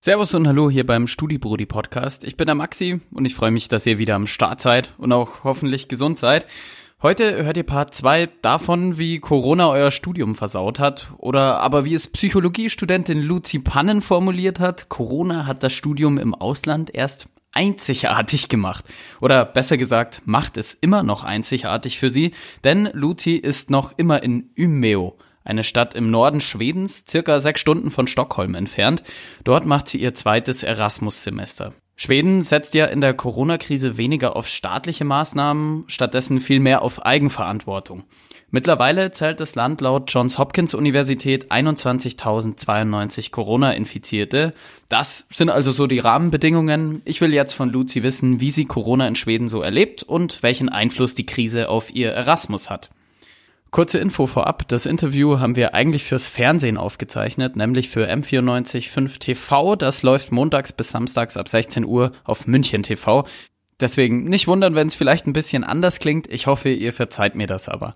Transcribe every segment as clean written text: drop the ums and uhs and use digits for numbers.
Servus und hallo hier beim StudiBrudi-Podcast. Ich bin der Maxi und ich freue mich, dass ihr wieder am Start seid und auch hoffentlich gesund seid. Heute hört ihr Part 2 davon, wie Corona euer Studium versaut hat oder aber wie es Psychologiestudentin Luzi Pannen formuliert hat: Corona hat das Studium im Ausland erst einzigartig gemacht. Oder besser gesagt, macht es immer noch einzigartig für sie, denn Luzi ist noch immer in Umeå, eine Stadt im Norden Schwedens, circa 6 Stunden von Stockholm entfernt. Dort macht sie ihr zweites Erasmus-Semester. Schweden setzt ja in der Corona-Krise weniger auf staatliche Maßnahmen, stattdessen viel mehr auf Eigenverantwortung. Mittlerweile zählt das Land laut Johns Hopkins Universität 21.092 Corona-Infizierte. Das sind also so die Rahmenbedingungen. Ich will jetzt von Luzi wissen, wie sie Corona in Schweden so erlebt und welchen Einfluss die Krise auf ihr Erasmus hat. Kurze Info vorab, das Interview haben wir eigentlich fürs Fernsehen aufgezeichnet, nämlich für M94.5 TV. Das läuft montags bis samstags ab 16 Uhr auf München TV. Deswegen nicht wundern, wenn es vielleicht ein bisschen anders klingt. Ich hoffe, ihr verzeiht mir das aber.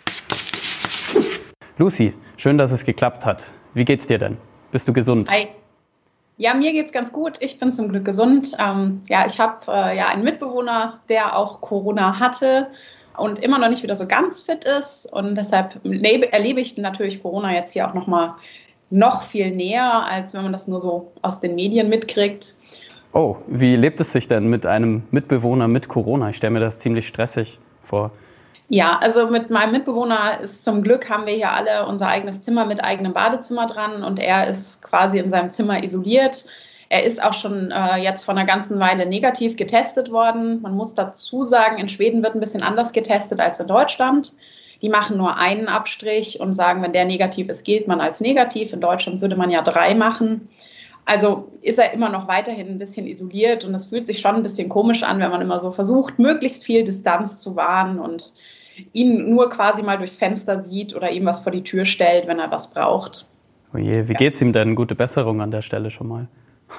Luzi, schön, dass es geklappt hat. Wie geht's dir denn? Bist du gesund? Hi. Ja, mir geht's ganz gut. Ich bin zum Glück gesund. Ich habe einen Mitbewohner, der auch Corona hatte und immer noch nicht wieder so ganz fit ist. Und deshalb erlebe ich natürlich Corona jetzt hier auch noch viel näher, als wenn man das nur so aus den Medien mitkriegt. Oh, wie lebt es sich denn mit einem Mitbewohner mit Corona? Ich stelle mir das ziemlich stressig vor. Ja, also mit meinem Mitbewohner ist zum Glück, haben wir hier alle unser eigenes Zimmer mit eigenem Badezimmer dran und er ist quasi in seinem Zimmer isoliert. Er ist auch schon jetzt vor einer ganzen Weile negativ getestet worden. Man muss dazu sagen, in Schweden wird ein bisschen anders getestet als in Deutschland. Die machen nur einen Abstrich und sagen, wenn der negativ ist, gilt man als negativ. In Deutschland würde man ja 3 machen. Also ist er immer noch weiterhin ein bisschen isoliert und es fühlt sich schon ein bisschen komisch an, wenn man immer so versucht, möglichst viel Distanz zu wahren und ihn nur quasi mal durchs Fenster sieht oder ihm was vor die Tür stellt, wenn er was braucht. Oh je, wie geht's ihm denn? Gute Besserung an der Stelle schon mal.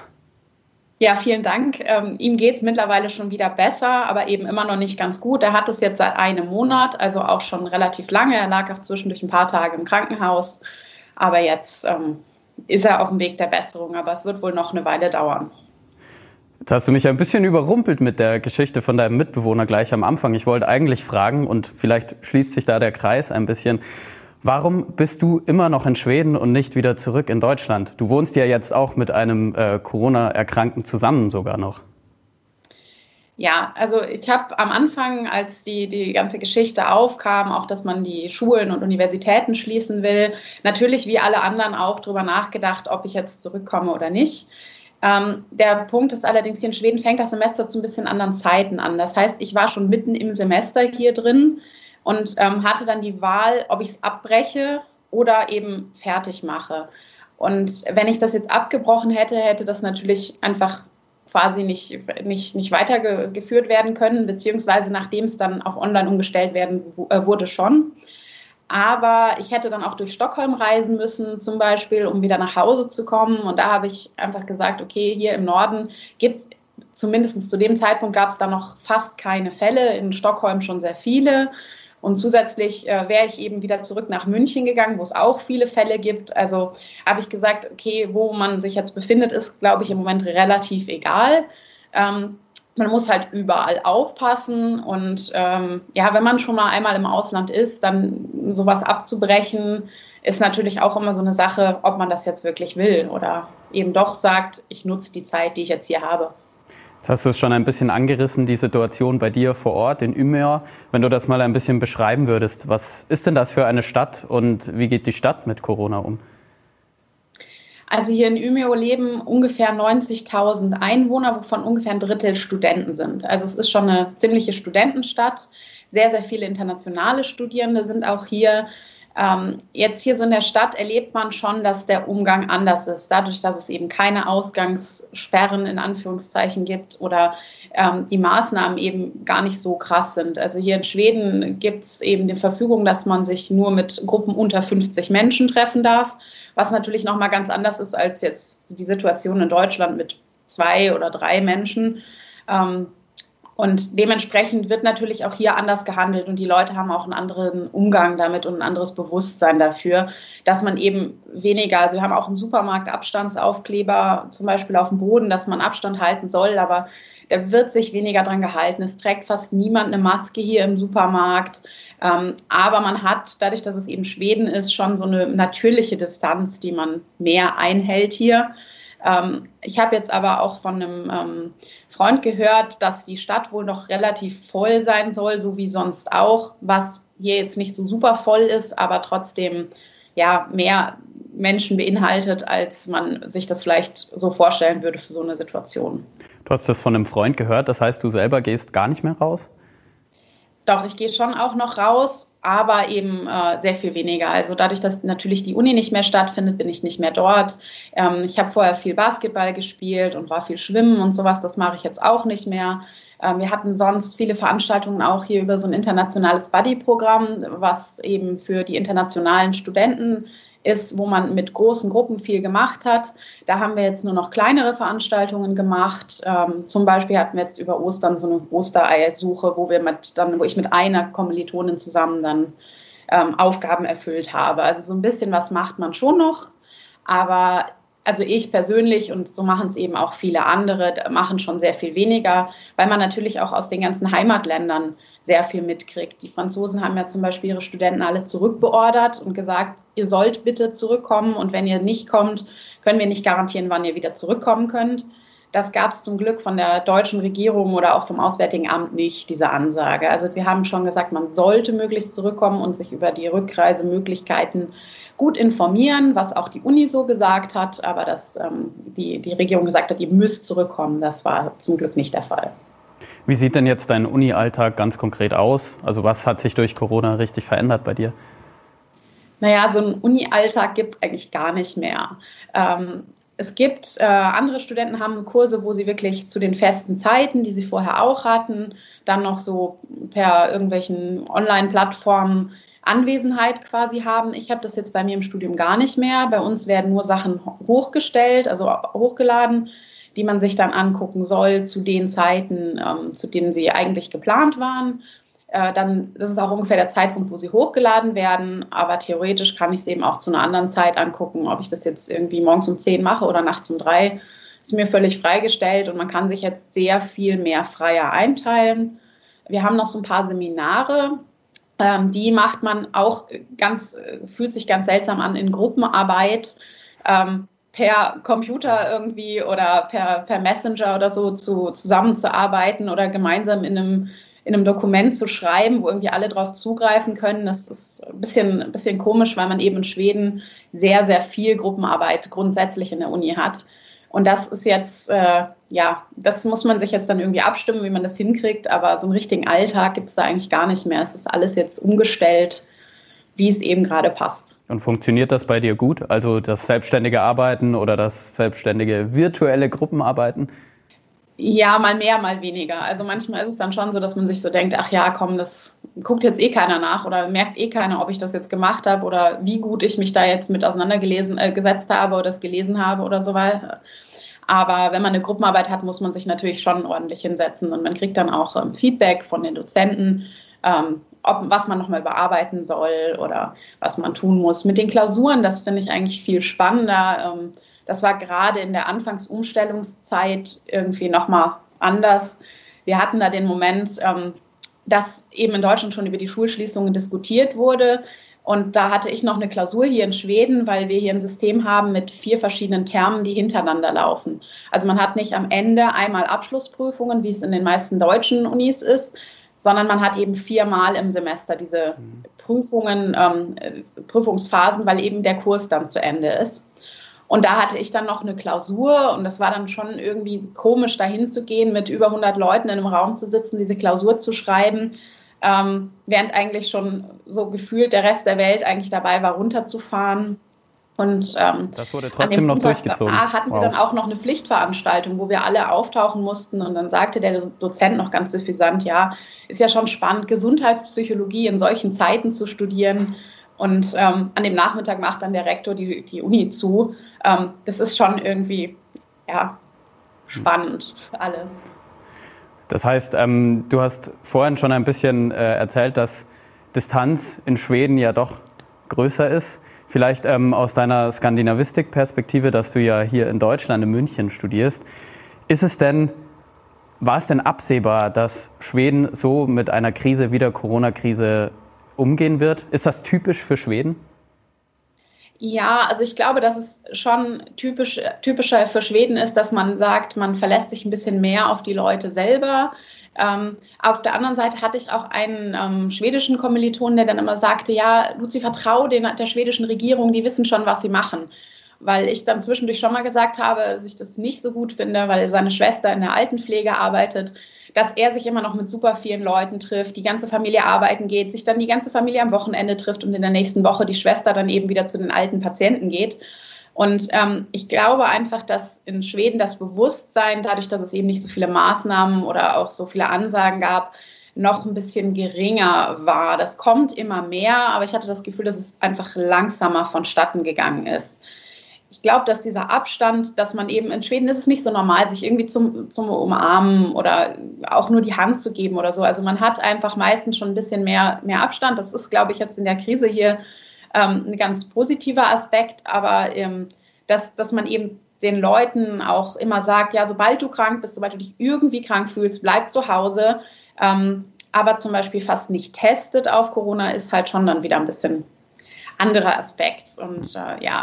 Ja, vielen Dank. Ihm geht's mittlerweile schon wieder besser, aber eben immer noch nicht ganz gut. Er hat es jetzt seit einem Monat, also auch schon relativ lange. Er lag auch zwischendurch ein paar Tage im Krankenhaus, aber jetzt ist er auf dem Weg der Besserung, aber es wird wohl noch eine Weile dauern. Jetzt hast du mich ein bisschen überrumpelt mit der Geschichte von deinem Mitbewohner gleich am Anfang. Ich wollte eigentlich fragen, und vielleicht schließt sich da der Kreis ein bisschen, warum bist du immer noch in Schweden und nicht wieder zurück in Deutschland? Du wohnst ja jetzt auch mit einem Corona-Erkrankten zusammen sogar noch. Ja, also ich habe am Anfang, als die ganze Geschichte aufkam, auch dass man die Schulen und Universitäten schließen will, natürlich wie alle anderen auch drüber nachgedacht, ob ich jetzt zurückkomme oder nicht. Der Punkt ist allerdings, hier in Schweden fängt das Semester zu ein bisschen anderen Zeiten an. Das heißt, ich war schon mitten im Semester hier drin und hatte dann die Wahl, ob ich es abbreche oder eben fertig mache. Und wenn ich das jetzt abgebrochen hätte, hätte das natürlich einfach quasi nicht weitergeführt werden können, beziehungsweise nachdem es dann auf online umgestellt wurde schon. Aber ich hätte dann auch durch Stockholm reisen müssen, zum Beispiel, um wieder nach Hause zu kommen. Und da habe ich einfach gesagt, okay, hier im Norden gibt es, zumindest zu dem Zeitpunkt gab es da noch fast keine Fälle, in Stockholm schon sehr viele. Und zusätzlich wäre ich eben wieder zurück nach München gegangen, wo es auch viele Fälle gibt. Also habe ich gesagt, okay, wo man sich jetzt befindet, ist, glaube ich, im Moment relativ egal. Man muss halt überall aufpassen und wenn man schon mal einmal im Ausland ist, dann sowas abzubrechen, ist natürlich auch immer so eine Sache, ob man das jetzt wirklich will oder eben doch sagt, ich nutze die Zeit, die ich jetzt hier habe. Jetzt hast du es schon ein bisschen angerissen, die Situation bei dir vor Ort in Umeå. Wenn du das mal ein bisschen beschreiben würdest, was ist denn das für eine Stadt und wie geht die Stadt mit Corona um? Also hier in Umeå leben ungefähr 90.000 Einwohner, wovon ungefähr ein Drittel Studenten sind. Also es ist schon eine ziemliche Studentenstadt. Sehr, sehr viele internationale Studierende sind auch hier. Jetzt hier so in der Stadt erlebt man schon, dass der Umgang anders ist. Dadurch, dass es eben keine Ausgangssperren in Anführungszeichen gibt oder die Maßnahmen eben gar nicht so krass sind. Also hier in Schweden gibt es eben die Verfügung, dass man sich nur mit Gruppen unter 50 Menschen treffen darf, was natürlich nochmal ganz anders ist als jetzt die Situation in Deutschland mit 2 oder 3 Menschen. Und dementsprechend wird natürlich auch hier anders gehandelt und die Leute haben auch einen anderen Umgang damit und ein anderes Bewusstsein dafür, dass man eben weniger, also wir haben auch im Supermarkt Abstandsaufkleber zum Beispiel auf dem Boden, dass man Abstand halten soll, aber da wird sich weniger dran gehalten. Es trägt fast niemand eine Maske hier im Supermarkt, aber man hat, dadurch, dass es eben Schweden ist, schon so eine natürliche Distanz, die man mehr einhält hier. Ich habe jetzt aber auch von einem Freund gehört, dass die Stadt wohl noch relativ voll sein soll, so wie sonst auch, was hier jetzt nicht so super voll ist, aber trotzdem ja mehr Menschen beinhaltet, als man sich das vielleicht so vorstellen würde für so eine Situation. Du hast das von einem Freund gehört, das heißt, du selber gehst gar nicht mehr raus? Doch, ich gehe schon auch noch raus, aber eben sehr viel weniger. Also dadurch, dass natürlich die Uni nicht mehr stattfindet, bin ich nicht mehr dort. Ich habe vorher viel Basketball gespielt und war viel schwimmen und sowas. Das mache ich jetzt auch nicht mehr. Wir hatten sonst viele Veranstaltungen auch hier über so ein internationales Buddy-Programm, was eben für die internationalen Studenten ist, wo man mit großen Gruppen viel gemacht hat. Da haben wir jetzt nur noch kleinere Veranstaltungen gemacht. Zum Beispiel hatten wir jetzt über Ostern so eine Ostereiersuche, wo ich mit einer Kommilitonin zusammen dann Aufgaben erfüllt habe. Also so ein bisschen was macht man schon noch, aber also ich persönlich und so machen es eben auch viele andere, machen schon sehr viel weniger, weil man natürlich auch aus den ganzen Heimatländern sehr viel mitkriegt. Die Franzosen haben ja zum Beispiel ihre Studenten alle zurückbeordert und gesagt, ihr sollt bitte zurückkommen und wenn ihr nicht kommt, können wir nicht garantieren, wann ihr wieder zurückkommen könnt. Das gab es zum Glück von der deutschen Regierung oder auch vom Auswärtigen Amt nicht, diese Ansage. Also sie haben schon gesagt, man sollte möglichst zurückkommen und sich über die Rückreisemöglichkeiten gut informieren, was auch die Uni so gesagt hat, aber dass die Regierung gesagt hat, ihr müsst zurückkommen, das war zum Glück nicht der Fall. Wie sieht denn jetzt dein Uni-Alltag ganz konkret aus? Also was hat sich durch Corona richtig verändert bei dir? Naja, so einen Uni-Alltag gibt es eigentlich gar nicht mehr. Es gibt, andere Studenten haben Kurse, wo sie wirklich zu den festen Zeiten, die sie vorher auch hatten, dann noch so per irgendwelchen Online-Plattformen Anwesenheit quasi haben. Ich habe das jetzt bei mir im Studium gar nicht mehr. Bei uns werden nur Sachen hochgestellt, also hochgeladen, die man sich dann angucken soll zu den Zeiten, zu denen sie eigentlich geplant waren. Das ist auch ungefähr der Zeitpunkt, wo sie hochgeladen werden, aber theoretisch kann ich es eben auch zu einer anderen Zeit angucken, ob ich das jetzt irgendwie morgens um 10 mache oder nachts um 3, ist mir völlig freigestellt und man kann sich jetzt sehr viel mehr freier einteilen. Wir haben noch so ein paar Seminare, die macht man auch fühlt sich ganz seltsam an in Gruppenarbeit, per Computer irgendwie oder per Messenger oder so zusammenzuarbeiten oder gemeinsam in einem Dokument zu schreiben, wo irgendwie alle drauf zugreifen können. Das ist ein bisschen komisch, weil man eben in Schweden sehr, sehr viel Gruppenarbeit grundsätzlich in der Uni hat. Und das ist jetzt, das muss man sich jetzt dann irgendwie abstimmen, wie man das hinkriegt. Aber so einen richtigen Alltag gibt es da eigentlich gar nicht mehr. Es ist alles jetzt umgestellt, wie es eben gerade passt. Und funktioniert das bei dir gut? Also das selbstständige Arbeiten oder das selbstständige virtuelle Gruppenarbeiten? Ja, mal mehr, mal weniger. Also manchmal ist es dann schon so, dass man sich so denkt, ach ja, komm, das guckt jetzt eh keiner nach oder merkt eh keiner, ob ich das jetzt gemacht habe oder wie gut ich mich da jetzt mit auseinandergesetzt habe oder das gelesen habe oder so weiter. Aber wenn man eine Gruppenarbeit hat, muss man sich natürlich schon ordentlich hinsetzen und man kriegt dann auch Feedback von den Dozenten, was man nochmal bearbeiten soll oder was man tun muss. Mit den Klausuren, das finde ich eigentlich viel spannender. Das war gerade in der Anfangsumstellungszeit irgendwie nochmal anders. Wir hatten da den Moment, dass eben in Deutschland schon über die Schulschließungen diskutiert wurde. Und da hatte ich noch eine Klausur hier in Schweden, weil wir hier ein System haben mit 4 verschiedenen Termen, die hintereinander laufen. Also man hat nicht am Ende einmal Abschlussprüfungen, wie es in den meisten deutschen Unis ist, sondern man hat eben 4-mal im Semester diese Prüfungen, Prüfungsphasen, weil eben der Kurs dann zu Ende ist. Und da hatte ich dann noch eine Klausur und das war dann schon irgendwie komisch, dahin zu gehen, mit über 100 Leuten in einem Raum zu sitzen, diese Klausur zu schreiben, während eigentlich schon so gefühlt der Rest der Welt eigentlich dabei war, runterzufahren. Und das wurde trotzdem noch durchgezogen. Hatten wir dann auch noch eine Pflichtveranstaltung, wo wir alle auftauchen mussten und dann sagte der Dozent noch ganz suffisant, ja, ist ja schon spannend, Gesundheitspsychologie in solchen Zeiten zu studieren. Und an dem Nachmittag macht dann der Rektor die Uni zu. Das ist schon irgendwie spannend für alles. Das heißt, du hast vorhin schon ein bisschen erzählt, dass Distanz in Schweden ja doch größer ist. Vielleicht aus deiner Skandinavistik-Perspektive, dass du ja hier in Deutschland, in München studierst. War es denn absehbar, dass Schweden so mit einer Krise wie der Corona-Krise umgehen wird? Ist das typisch für Schweden? Ja, also ich glaube, dass es schon typischer für Schweden ist, dass man sagt, man verlässt sich ein bisschen mehr auf die Leute selber. Auf der anderen Seite hatte ich auch einen schwedischen Kommilitonen, der dann immer sagte, ja, Luzi, vertrau der schwedischen Regierung, die wissen schon, was sie machen. Weil ich dann zwischendurch schon mal gesagt habe, dass ich das nicht so gut finde, weil seine Schwester in der Altenpflege arbeitet, dass er sich immer noch mit super vielen Leuten trifft, die ganze Familie arbeiten geht, sich dann die ganze Familie am Wochenende trifft und in der nächsten Woche die Schwester dann eben wieder zu den alten Patienten geht. Und ich glaube einfach, dass in Schweden das Bewusstsein, dadurch, dass es eben nicht so viele Maßnahmen oder auch so viele Ansagen gab, noch ein bisschen geringer war. Das kommt immer mehr, aber ich hatte das Gefühl, dass es einfach langsamer vonstatten gegangen ist. Ich glaube, dass dieser Abstand, dass man eben in Schweden ist es nicht so normal, sich irgendwie zum Umarmen oder auch nur die Hand zu geben oder so. Also man hat einfach meistens schon ein bisschen mehr Abstand. Das ist, glaube ich, jetzt in der Krise hier ein ganz positiver Aspekt. Aber dass man eben den Leuten auch immer sagt, ja, sobald du krank bist, sobald du dich irgendwie krank fühlst, bleib zu Hause. Aber zum Beispiel fast nicht testet auf Corona ist halt schon dann wieder ein bisschen anderer Aspekt. Und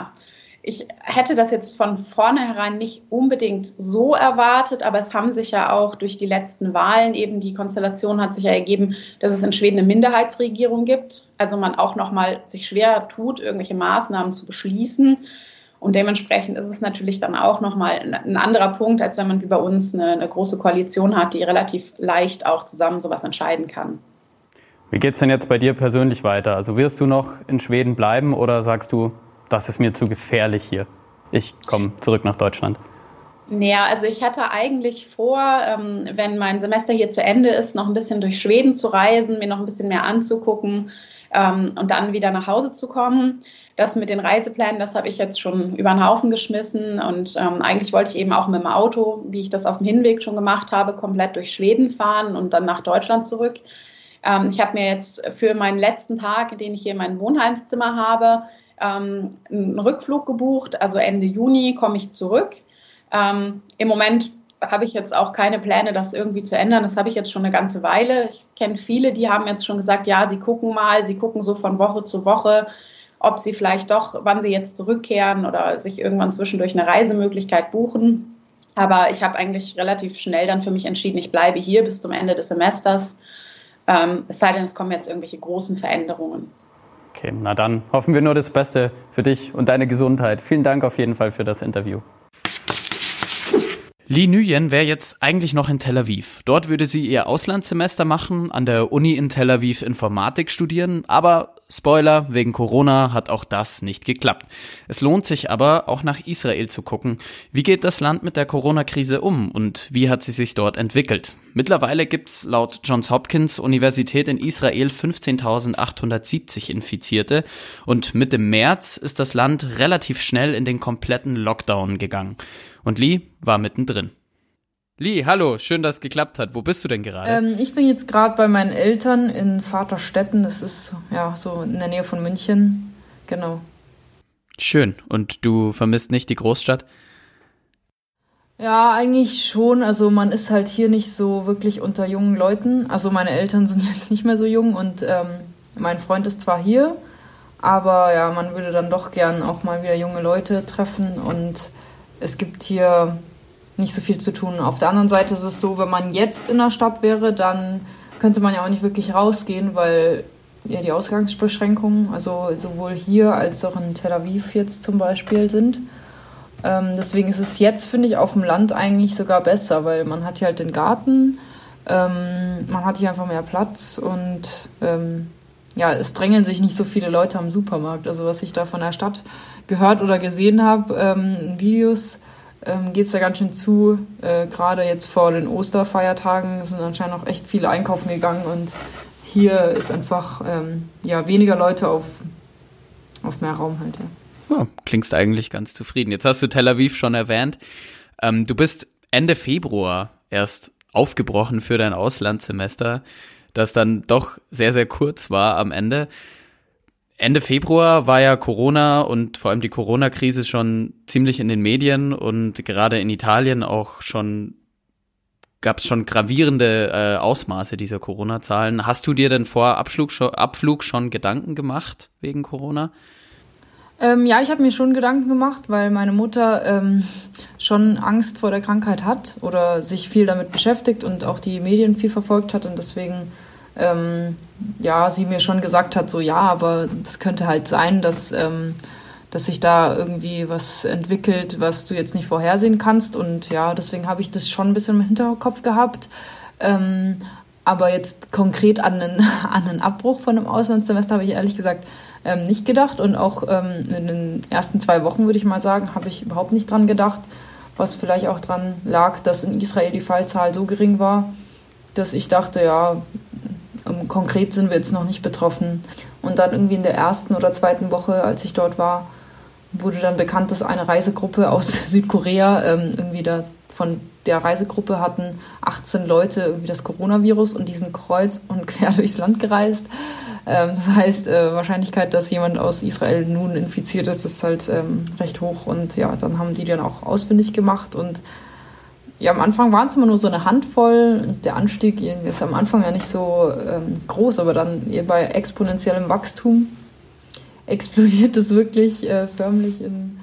ich hätte das jetzt von vornherein nicht unbedingt so erwartet, aber es haben sich ja auch durch die letzten Wahlen eben, die Konstellation hat sich ja ergeben, dass es in Schweden eine Minderheitsregierung gibt, also man auch nochmal sich schwer tut, irgendwelche Maßnahmen zu beschließen und dementsprechend ist es natürlich dann auch nochmal ein anderer Punkt, als wenn man wie bei uns eine große Koalition hat, die relativ leicht auch zusammen sowas entscheiden kann. Wie geht's denn jetzt bei dir persönlich weiter? Also wirst du noch in Schweden bleiben oder sagst du, das ist mir zu gefährlich hier, ich komme zurück nach Deutschland? Ja, also ich hatte eigentlich vor, wenn mein Semester hier zu Ende ist, noch ein bisschen durch Schweden zu reisen, mir noch ein bisschen mehr anzugucken und dann wieder nach Hause zu kommen. Das mit den Reiseplänen, das habe ich jetzt schon über den Haufen geschmissen und eigentlich wollte ich eben auch mit dem Auto, wie ich das auf dem Hinweg schon gemacht habe, komplett durch Schweden fahren und dann nach Deutschland zurück. Ich habe mir jetzt für meinen letzten Tag, den ich hier in meinem Wohnheimszimmer habe, einen Rückflug gebucht, also Ende Juni komme ich zurück. Im Moment habe ich jetzt auch keine Pläne, das irgendwie zu ändern. Das habe ich jetzt schon eine ganze Weile. Ich kenne viele, die haben jetzt schon gesagt, ja, sie gucken so von Woche zu Woche, ob sie vielleicht doch, wann sie jetzt zurückkehren oder sich irgendwann zwischendurch eine Reisemöglichkeit buchen. Aber ich habe eigentlich relativ schnell dann für mich entschieden, ich bleibe hier bis zum Ende des Semesters. Es sei denn, es kommen jetzt irgendwelche großen Veränderungen. Okay, na dann hoffen wir nur das Beste für dich und deine Gesundheit. Vielen Dank auf jeden Fall für das Interview. Lee Nguyen wäre jetzt eigentlich noch in Tel Aviv. Dort würde sie ihr Auslandssemester machen, an der Uni in Tel Aviv Informatik studieren, aber Spoiler, wegen Corona hat auch das nicht geklappt. Es lohnt sich aber, auch nach Israel zu gucken. Wie geht das Land mit der Corona-Krise um und wie hat sie sich dort entwickelt? Mittlerweile gibt's laut Johns Hopkins Universität in Israel 15.870 Infizierte und Mitte März ist das Land relativ schnell in den kompletten Lockdown gegangen. Und Lee war mittendrin. Lee, hallo, schön, dass es geklappt hat. Wo bist du denn gerade? Ich bin jetzt gerade bei meinen Eltern in Vaterstetten. Das ist ja so in der Nähe von München. Genau. Schön. Und du vermisst nicht die Großstadt? Ja, eigentlich schon. Also man ist halt hier nicht so wirklich unter jungen Leuten. Also meine Eltern sind jetzt nicht mehr so jung und mein Freund ist zwar hier, aber ja, man würde dann doch gern auch mal wieder junge Leute treffen und es gibt hier nicht so viel zu tun. Auf der anderen Seite ist es so, wenn man jetzt in der Stadt wäre, dann könnte man ja auch nicht wirklich rausgehen, weil ja die Ausgangsbeschränkungen, also sowohl hier als auch in Tel Aviv jetzt zum Beispiel sind. Deswegen ist es jetzt, finde ich, auf dem Land eigentlich sogar besser, weil man hat hier halt den Garten, man hat hier einfach mehr Platz und es drängeln sich nicht so viele Leute am Supermarkt. Also was ich da von der Stadt gehört oder gesehen habe in Videos, geht es da ganz schön zu. Gerade jetzt vor den Osterfeiertagen sind anscheinend auch echt viele einkaufen gegangen und hier ist einfach weniger Leute auf mehr Raum halt, ja. Oh, klingst eigentlich ganz zufrieden. Jetzt hast du Tel Aviv schon erwähnt. Du bist Ende Februar erst aufgebrochen für dein Auslandssemester, das dann doch sehr, sehr kurz war am Ende. Ende Februar war ja Corona und vor allem die Corona-Krise schon ziemlich in den Medien und gerade in Italien auch gab es schon gravierende Ausmaße dieser Corona-Zahlen. Hast du dir denn vor Abflug schon Gedanken gemacht wegen Corona? Ja, ich habe mir schon Gedanken gemacht, weil meine Mutter schon Angst vor der Krankheit hat oder sich viel damit beschäftigt und auch die Medien viel verfolgt hat und deswegen sie mir schon gesagt hat, so ja, aber das könnte halt sein, dass sich da irgendwie was entwickelt, was du jetzt nicht vorhersehen kannst und ja, deswegen habe ich das schon ein bisschen im Hinterkopf gehabt. Aber jetzt konkret an einen Abbruch von einem Auslandssemester habe ich ehrlich gesagt nicht gedacht und auch in den ersten 2 Wochen, würde ich mal sagen, habe ich überhaupt nicht dran gedacht, was vielleicht auch dran lag, dass in Israel die Fallzahl so gering war, dass ich dachte, ja, konkret sind wir jetzt noch nicht betroffen. Und dann irgendwie in der 1. oder 2. Woche, als ich dort war, wurde dann bekannt, dass eine Reisegruppe aus Südkorea von der Reisegruppe hatten 18 Leute irgendwie das Coronavirus und die sind kreuz und quer durchs Land gereist. Das heißt, Wahrscheinlichkeit, dass jemand aus Israel nun infiziert ist halt recht hoch. Und ja, dann haben die dann auch ausfindig gemacht. Und ja, am Anfang waren es immer nur so eine Handvoll. Und der Anstieg ist am Anfang ja nicht so groß, aber dann bei exponentiellem Wachstum explodiert es wirklich förmlich in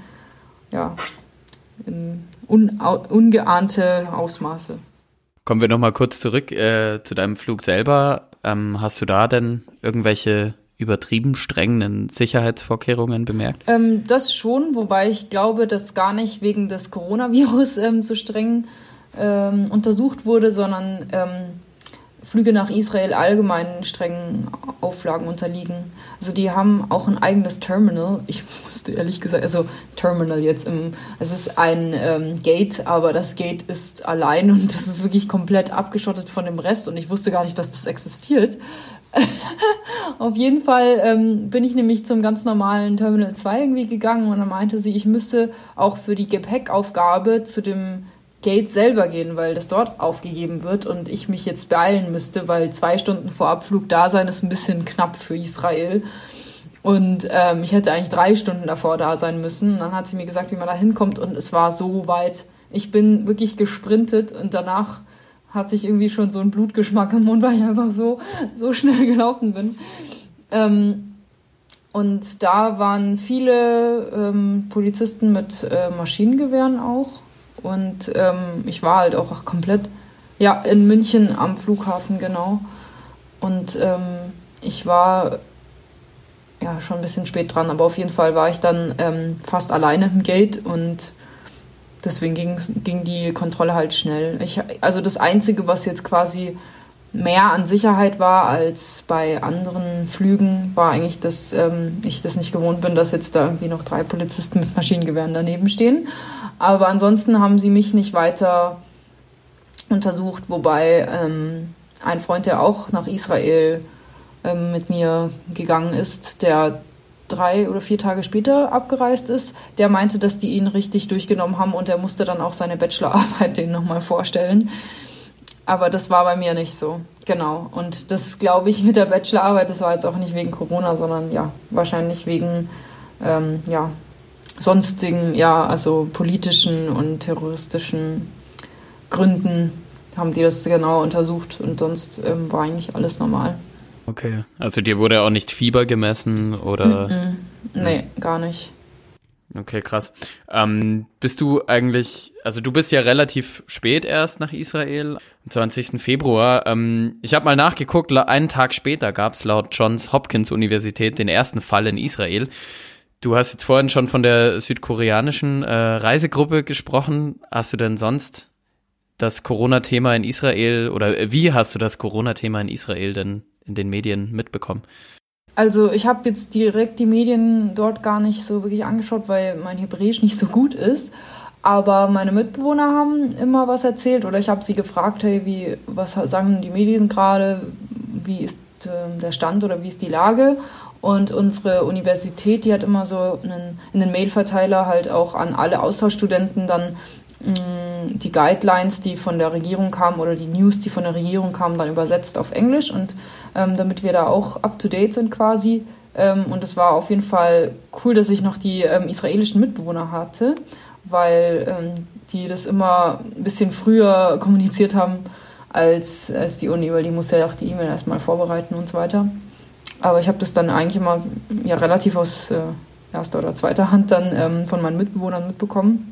ungeahnte Ausmaße. Kommen wir nochmal kurz zurück zu deinem Flug selber. Hast du da denn irgendwelche übertrieben strengen Sicherheitsvorkehrungen bemerkt? Das schon, wobei ich glaube, dass gar nicht wegen des Coronavirus so streng untersucht wurde, sondern Flüge nach Israel allgemein strengen Auflagen unterliegen. Also die haben auch ein eigenes Terminal. Ich wusste ehrlich gesagt, also Terminal jetzt es ist ein Gate, aber das Gate ist allein und das ist wirklich komplett abgeschottet von dem Rest und ich wusste gar nicht, dass das existiert. Auf jeden Fall bin ich nämlich zum ganz normalen Terminal 2 irgendwie gegangen und dann meinte sie, ich müsse auch für die Gepäckaufgabe zu dem Gate selber gehen, weil das dort aufgegeben wird und ich mich jetzt beeilen müsste, weil 2 Stunden vor Abflug da sein ist ein bisschen knapp für Israel. Und ich hätte eigentlich 3 Stunden davor da sein müssen. Und dann hat sie mir gesagt, wie man da hinkommt und es war so weit. Ich bin wirklich gesprintet und danach hatte ich irgendwie schon so einen Blutgeschmack im Mund, weil ich einfach so schnell gelaufen bin. Und da waren viele Polizisten mit Maschinengewehren auch. Und ich war halt auch komplett, in München am Flughafen, genau. Und ich war schon ein bisschen spät dran, aber auf jeden Fall war ich dann fast alleine im Gate und deswegen ging die Kontrolle halt schnell. Also das Einzige, was jetzt quasi mehr an Sicherheit war als bei anderen Flügen, war eigentlich, dass ich das nicht gewohnt bin, dass jetzt da irgendwie noch 3 Polizisten mit Maschinengewehren daneben stehen. Aber ansonsten haben sie mich nicht weiter untersucht, wobei ein Freund, der auch nach Israel mit mir gegangen ist, der 3 oder 4 Tage später abgereist ist, der meinte, dass die ihn richtig durchgenommen haben und er musste dann auch seine Bachelorarbeit denen nochmal vorstellen. Aber das war bei mir nicht so, genau. Und das, glaube ich, mit der Bachelorarbeit, das war jetzt auch nicht wegen Corona, sondern wahrscheinlich wegen sonstigen, also politischen und terroristischen Gründen haben die das genau untersucht und sonst war eigentlich alles normal. Okay, also dir wurde auch nicht Fieber gemessen oder? Nee, gar nicht. Okay, krass. Bist du eigentlich, also du bist ja relativ spät erst nach Israel, am 20. Februar. Ich habe mal nachgeguckt, einen Tag später gab es laut Johns Hopkins Universität den ersten Fall in Israel. Du hast jetzt vorhin schon von der südkoreanischen Reisegruppe gesprochen. Hast du denn sonst das Corona-Thema in Israel oder wie hast du das Corona-Thema in Israel denn in den Medien mitbekommen? Also ich habe jetzt direkt die Medien dort gar nicht so wirklich angeschaut, weil mein Hebräisch nicht so gut ist. Aber meine Mitbewohner haben immer was erzählt oder ich habe sie gefragt, hey, was sagen die Medien gerade, wie ist der Stand oder wie ist die Lage? Und unsere Universität, die hat immer so in den Mailverteiler halt auch an alle Austauschstudenten dann die Guidelines, die von der Regierung kamen oder die News, die von der Regierung kamen, dann übersetzt auf Englisch und damit wir da auch up-to-date sind quasi. Und es war auf jeden Fall cool, dass ich noch die israelischen Mitbewohner hatte, weil die das immer ein bisschen früher kommuniziert haben als die Uni, weil die muss ja auch die E-Mail erstmal vorbereiten und so weiter. Aber ich habe das dann eigentlich immer relativ aus erster oder zweiter Hand dann von meinen Mitbewohnern mitbekommen.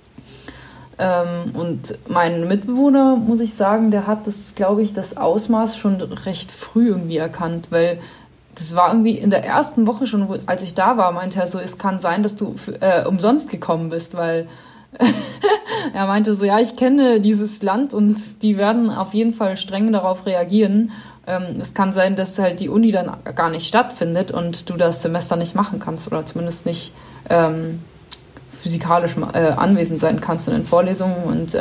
Und mein Mitbewohner, muss ich sagen, der hat das, glaube ich, das Ausmaß schon recht früh irgendwie erkannt, weil das war irgendwie in der ersten Woche schon, als ich da war, meinte er so, es kann sein, dass du umsonst gekommen bist, weil er meinte so, ja, ich kenne dieses Land und die werden auf jeden Fall streng darauf reagieren. Es kann sein, dass halt die Uni dann gar nicht stattfindet und du das Semester nicht machen kannst oder zumindest nicht physikalisch anwesend sein kannst in den Vorlesungen und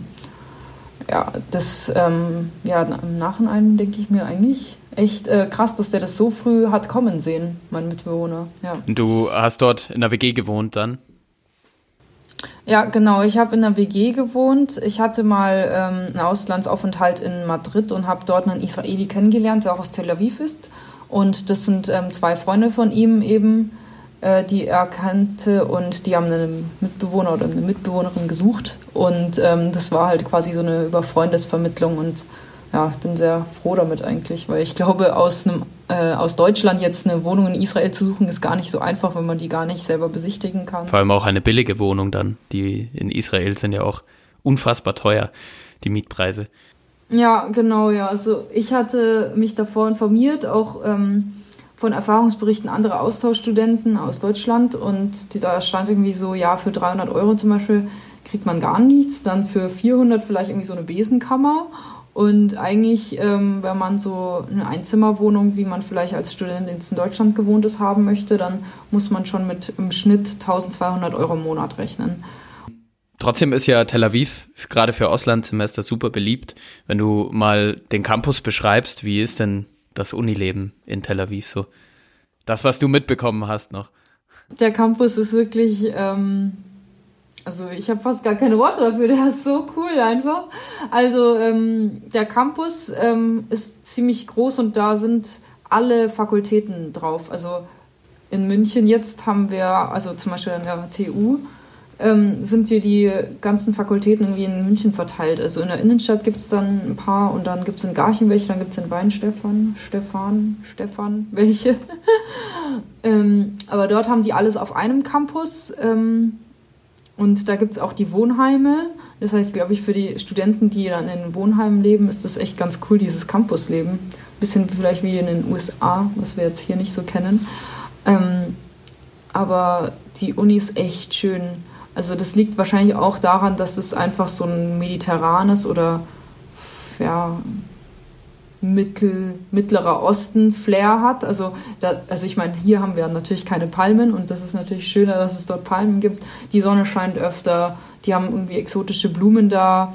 im Nachhinein denke ich mir eigentlich echt krass, dass der das so früh hat kommen sehen, mein Mitbewohner. Ja. Du hast dort in der WG gewohnt dann? Ja, genau. Ich habe in einer WG gewohnt. Ich hatte mal einen Auslandsaufenthalt in Madrid und habe dort einen Israeli kennengelernt, der auch aus Tel Aviv ist. Und das sind 2 Freunde von ihm eben, die er kannte und die haben einen Mitbewohner oder eine Mitbewohnerin gesucht. Und das war halt quasi so eine Freundesvermittlung und ja, ich bin sehr froh damit eigentlich, weil ich glaube, aus Deutschland jetzt eine Wohnung in Israel zu suchen, ist gar nicht so einfach, wenn man die gar nicht selber besichtigen kann. Vor allem auch eine billige Wohnung dann. Die in Israel sind ja auch unfassbar teuer, die Mietpreise. Ja, genau, ja. Also ich hatte mich davor informiert, auch von Erfahrungsberichten anderer Austauschstudenten aus Deutschland und da stand irgendwie so, ja, für 300 € zum Beispiel kriegt man gar nichts, dann für 400 vielleicht irgendwie so eine Besenkammer. Und eigentlich, wenn man so eine Einzimmerwohnung, wie man vielleicht als Student in Deutschland gewohnt ist, haben möchte, dann muss man schon mit im Schnitt 1.200 € im Monat rechnen. Trotzdem ist ja Tel Aviv gerade für Auslandssemester super beliebt. Wenn du mal den Campus beschreibst, wie ist denn das Unileben in Tel Aviv so? Das, was du mitbekommen hast noch. Der Campus ist wirklich... Also ich habe fast gar keine Worte dafür, der ist so cool einfach. Also der Campus ist ziemlich groß und da sind alle Fakultäten drauf. Also in München jetzt haben wir, also zum Beispiel an der TU, sind hier die ganzen Fakultäten irgendwie in München verteilt. Also in der Innenstadt gibt es dann ein paar und dann gibt es in Garching welche, dann gibt es in Weinstefan welche. Aber dort haben die alles auf einem Campus. Und da gibt es auch die Wohnheime. Das heißt, glaube ich, für die Studenten, die dann in Wohnheimen leben, ist das echt ganz cool, dieses Campusleben. Bisschen vielleicht wie in den USA, was wir jetzt hier nicht so kennen. Aber die Uni ist echt schön. Also das liegt wahrscheinlich auch daran, dass es einfach so ein mediterranes oder ja, Mittlerer Osten-Flair hat. Also ich meine, hier haben wir natürlich keine Palmen und das ist natürlich schöner, dass es dort Palmen gibt. Die Sonne scheint öfter, die haben irgendwie exotische Blumen da.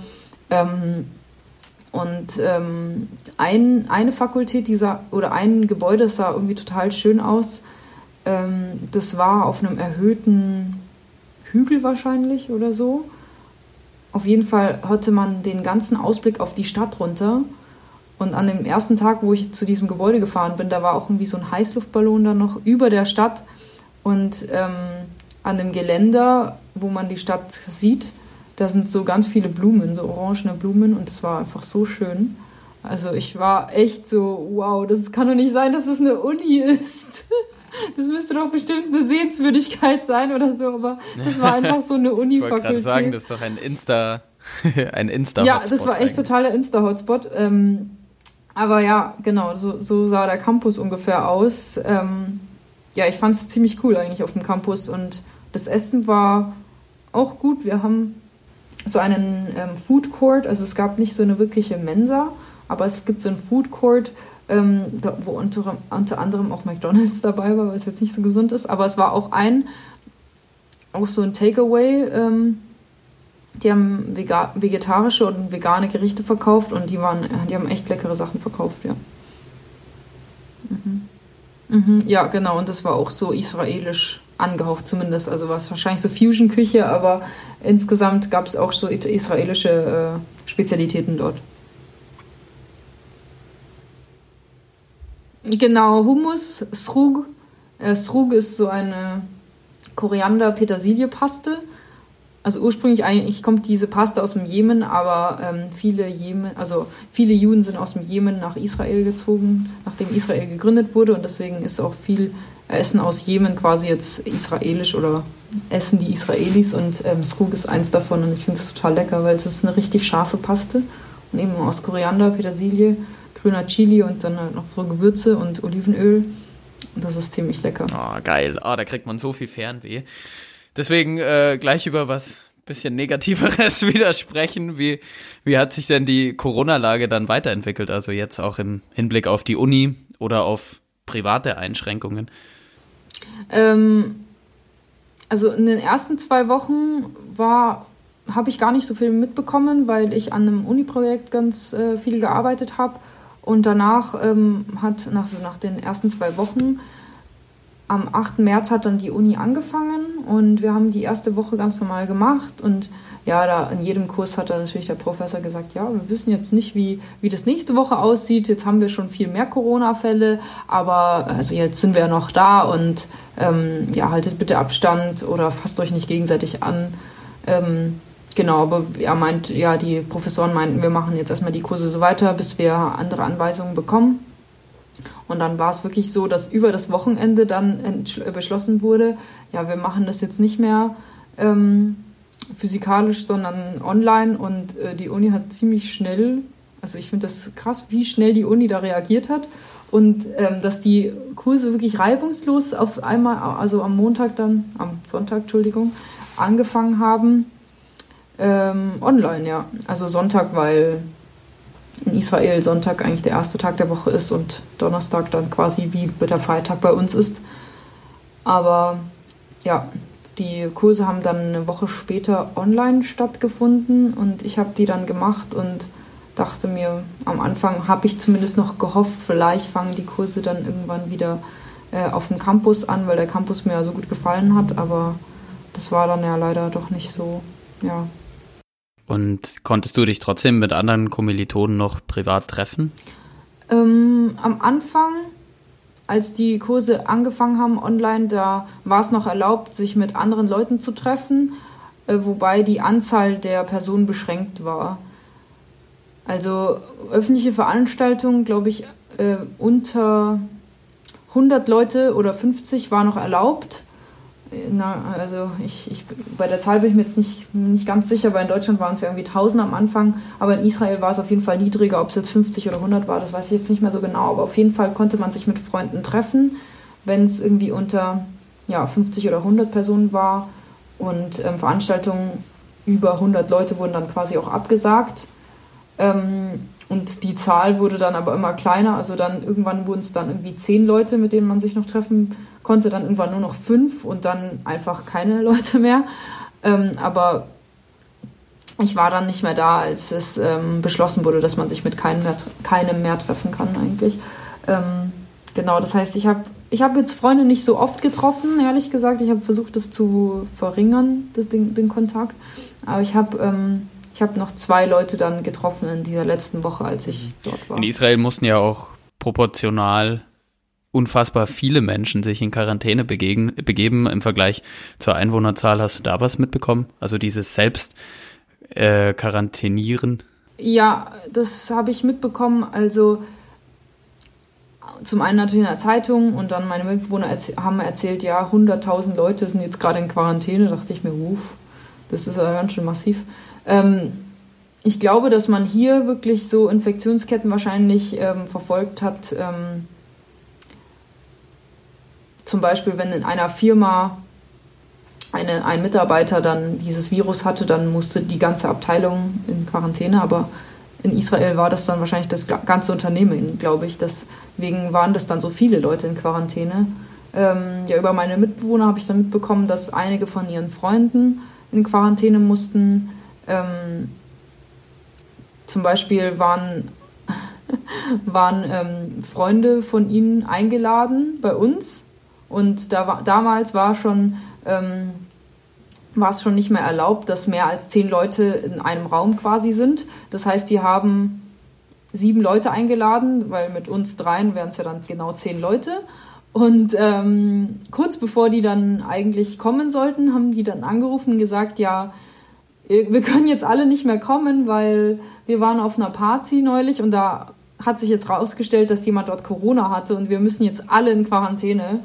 Eine Fakultät, oder ein Gebäude, das sah irgendwie total schön aus. Das war auf einem erhöhten Hügel wahrscheinlich oder so. Auf jeden Fall hatte man den ganzen Ausblick auf die Stadt runter. Und an dem ersten Tag, wo ich zu diesem Gebäude gefahren bin, da war auch irgendwie so ein Heißluftballon dann noch über der Stadt. Und an dem Geländer, wo man die Stadt sieht, da sind so ganz viele Blumen, so orangene Blumen. Und es war einfach so schön. Also ich war echt so, wow, das kann doch nicht sein, dass es eine Uni ist. Das müsste doch bestimmt eine Sehenswürdigkeit sein oder so. Aber das war einfach so eine Uni-Fakultät. Ich wollte gerade sagen, das ist doch ein Insta-Hotspot. Ja, das war echt total der Insta-Hotspot. Aber ja, genau, so sah der Campus ungefähr aus. Ja, ich fand es ziemlich cool eigentlich auf dem Campus und das Essen war auch gut. Wir haben so einen Food Court, also es gab nicht so eine wirkliche Mensa, aber es gibt so einen Food Court, wo unter anderem auch McDonald's dabei war, was jetzt nicht so gesund ist, aber es war auch so ein Takeaway. Die haben vegetarische und vegane Gerichte verkauft und die haben echt leckere Sachen verkauft, ja. Ja, genau, und das war auch so israelisch angehaucht zumindest. Also war es wahrscheinlich so Fusion-Küche, aber insgesamt gab es auch so israelische Spezialitäten dort. Genau, Hummus, Srug. Srug ist so eine Koriander-Petersilie-Paste. Also ursprünglich eigentlich kommt diese Paste aus dem Jemen, aber viele Juden sind aus dem Jemen nach Israel gezogen, nachdem Israel gegründet wurde, und deswegen ist auch viel Essen aus Jemen quasi jetzt israelisch oder essen die Israelis, und Srug ist eins davon, und ich finde das total lecker, weil es ist eine richtig scharfe Paste und eben aus Koriander, Petersilie, grüner Chili und dann halt noch so Gewürze und Olivenöl. Das ist ziemlich lecker. Oh, geil. Oh, da kriegt man so viel Fernweh. Deswegen gleich über was bisschen Negativeres wieder sprechen. Wie hat sich denn die Corona-Lage dann weiterentwickelt? Also jetzt auch im Hinblick auf die Uni oder auf private Einschränkungen? Also in den ersten 2 Wochen habe ich gar nicht so viel mitbekommen, weil ich an einem Uni-Projekt ganz viel gearbeitet habe. Und danach nach den ersten 2 Wochen, am 8. März hat dann die Uni angefangen und wir haben die erste Woche ganz normal gemacht. Und ja, da in jedem Kurs hat dann natürlich der Professor gesagt, ja, wir wissen jetzt nicht, wie das nächste Woche aussieht. Jetzt haben wir schon viel mehr Corona-Fälle, aber also jetzt sind wir ja noch da und haltet bitte Abstand oder fasst euch nicht gegenseitig an. Genau, aber die Professoren meinten, wir machen jetzt erstmal die Kurse so weiter, bis wir andere Anweisungen bekommen. Und dann war es wirklich so, dass über das Wochenende dann beschlossen wurde, ja, wir machen das jetzt nicht mehr physikalisch, sondern online. Und die Uni hat ziemlich schnell, also ich finde das krass, wie schnell die Uni da reagiert hat. Und dass die Kurse wirklich reibungslos auf einmal, also am Sonntag, angefangen haben. Online, ja. Also Sonntag, weil in Israel Sonntag eigentlich der erste Tag der Woche ist und Donnerstag dann quasi wie der Freitag bei uns ist. Aber ja, die Kurse haben dann eine Woche später online stattgefunden und ich habe die dann gemacht und dachte mir, am Anfang habe ich zumindest noch gehofft, vielleicht fangen die Kurse dann irgendwann wieder auf dem Campus an, weil der Campus mir ja so gut gefallen hat, aber das war dann ja leider doch nicht so, ja. Und konntest du dich trotzdem mit anderen Kommilitonen noch privat treffen? Am Anfang, als die Kurse angefangen haben online, da war es noch erlaubt, sich mit anderen Leuten zu treffen, wobei die Anzahl der Personen beschränkt war. Also öffentliche Veranstaltungen, glaube ich, unter 100 Leute oder 50 war noch erlaubt. Bei der Zahl bin ich mir jetzt nicht ganz sicher, weil in Deutschland waren es ja irgendwie 1000 am Anfang, aber in Israel war es auf jeden Fall niedriger, ob es jetzt 50 oder 100 war, das weiß ich jetzt nicht mehr so genau, aber auf jeden Fall konnte man sich mit Freunden treffen, wenn es irgendwie unter 50 oder 100 Personen war, und Veranstaltungen über 100 Leute wurden dann quasi auch abgesagt. Und die Zahl wurde dann aber immer kleiner, also dann irgendwann wurden es dann irgendwie 10 Leute, mit denen man sich noch treffen konnte, dann irgendwann nur noch 5 und dann einfach keine Leute mehr. Aber ich war dann nicht mehr da, als es beschlossen wurde, dass man sich mit keinem mehr treffen kann eigentlich. Genau, das heißt, ich hab jetzt Freunde nicht so oft getroffen, ehrlich gesagt. Ich habe versucht, das zu verringern, den Kontakt. Aber ich habe noch 2 Leute dann getroffen in dieser letzten Woche, als ich dort war. In Israel mussten ja auch proportional unfassbar viele Menschen sich in Quarantäne begeben im Vergleich zur Einwohnerzahl. Hast du da was mitbekommen? Also dieses Selbst-Quarantänieren? Ja, das habe ich mitbekommen. Also zum einen natürlich in der Zeitung und dann meine Mitbewohner haben erzählt, ja, 100.000 Leute sind jetzt gerade in Quarantäne. Da dachte ich mir, das ist ja ganz schön massiv. Ich glaube, dass man hier wirklich so Infektionsketten wahrscheinlich verfolgt hat. Zum Beispiel, wenn in einer Firma ein Mitarbeiter dann dieses Virus hatte, dann musste die ganze Abteilung in Quarantäne. Aber in Israel war das dann wahrscheinlich das ganze Unternehmen, glaube ich. Deswegen waren das dann so viele Leute in Quarantäne. Über meine Mitbewohner habe ich dann mitbekommen, dass einige von ihren Freunden in Quarantäne mussten. Zum Beispiel waren Freunde von ihnen eingeladen bei uns Und damals war es schon nicht mehr erlaubt, dass mehr als 10 Leute in einem Raum quasi sind. Das heißt, die haben 7 Leute eingeladen, weil mit uns 3 wären es ja dann genau 10 Leute. Und kurz bevor die dann eigentlich kommen sollten, haben die dann angerufen und gesagt, ja, wir können jetzt alle nicht mehr kommen, weil wir waren auf einer Party neulich und da hat sich jetzt rausgestellt, dass jemand dort Corona hatte und wir müssen jetzt alle in Quarantäne.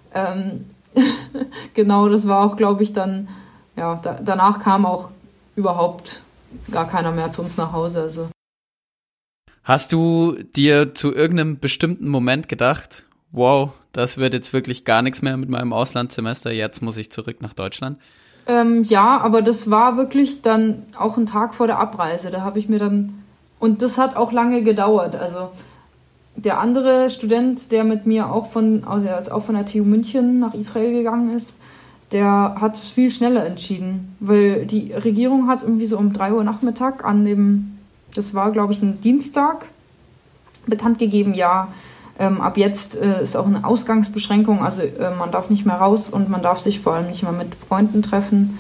Genau, das war auch, glaube ich, dann, ja, danach kam auch überhaupt gar keiner mehr zu uns nach Hause. Also. Hast du dir zu irgendeinem bestimmten Moment gedacht, wow, das wird jetzt wirklich gar nichts mehr mit meinem Auslandssemester, jetzt muss ich zurück nach Deutschland? Ja, aber das war wirklich dann auch ein Tag vor der Abreise. Da habe ich mir dann, und das hat auch lange gedauert. Also der andere Student, der mit mir auch von der TU München nach Israel gegangen ist, der hat es viel schneller entschieden, weil die Regierung hat irgendwie so um 3 Uhr Nachmittag das war glaube ich ein Dienstag, bekannt gegeben, ja, ab jetzt ist auch eine Ausgangsbeschränkung, also man darf nicht mehr raus und man darf sich vor allem nicht mehr mit Freunden treffen.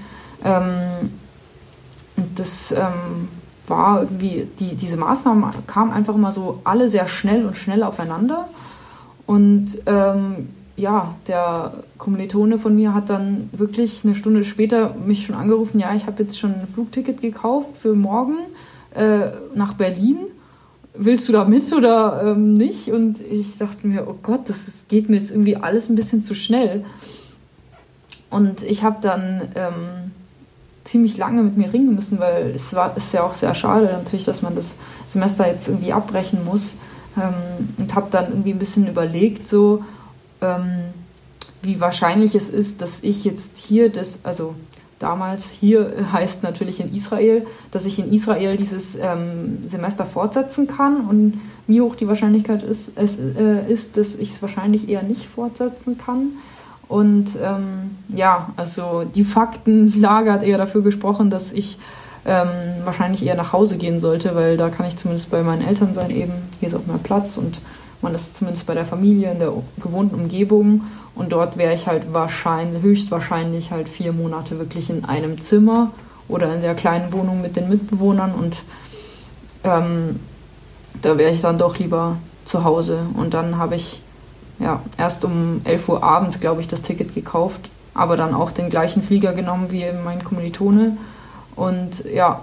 Und das war irgendwie, diese Maßnahmen kamen einfach immer so alle sehr schnell aufeinander. Und ja, der Kommilitone von mir hat dann wirklich eine Stunde später mich schon angerufen, ja, ich habe jetzt schon ein Flugticket gekauft für morgen nach Berlin. Willst du da mit oder nicht? Und ich dachte mir, oh Gott, das geht mir jetzt irgendwie alles ein bisschen zu schnell. Und ich habe dann ziemlich lange mit mir ringen müssen, weil ist ja auch sehr schade natürlich, dass man das Semester jetzt irgendwie abbrechen muss. Und habe dann irgendwie ein bisschen überlegt, so wie wahrscheinlich es ist, dass ich jetzt hier also damals hier heißt natürlich in Israel, dass ich in Israel dieses Semester fortsetzen kann und wie hoch die Wahrscheinlichkeit ist, dass ich es wahrscheinlich eher nicht fortsetzen kann. Und ja, also die Faktenlage hat eher dafür gesprochen, dass ich wahrscheinlich eher nach Hause gehen sollte, weil da kann ich zumindest bei meinen Eltern sein eben. Hier ist auch mehr Platz und man ist zumindest bei der Familie in der gewohnten Umgebung. Und dort wäre ich halt höchstwahrscheinlich halt 4 Monate wirklich in einem Zimmer oder in der kleinen Wohnung mit den Mitbewohnern. Und da wäre ich dann doch lieber zu Hause. Und dann habe ich ja erst um 11 Uhr abends, glaube ich, das Ticket gekauft, aber dann auch den gleichen Flieger genommen wie mein Kommilitone. Und ja,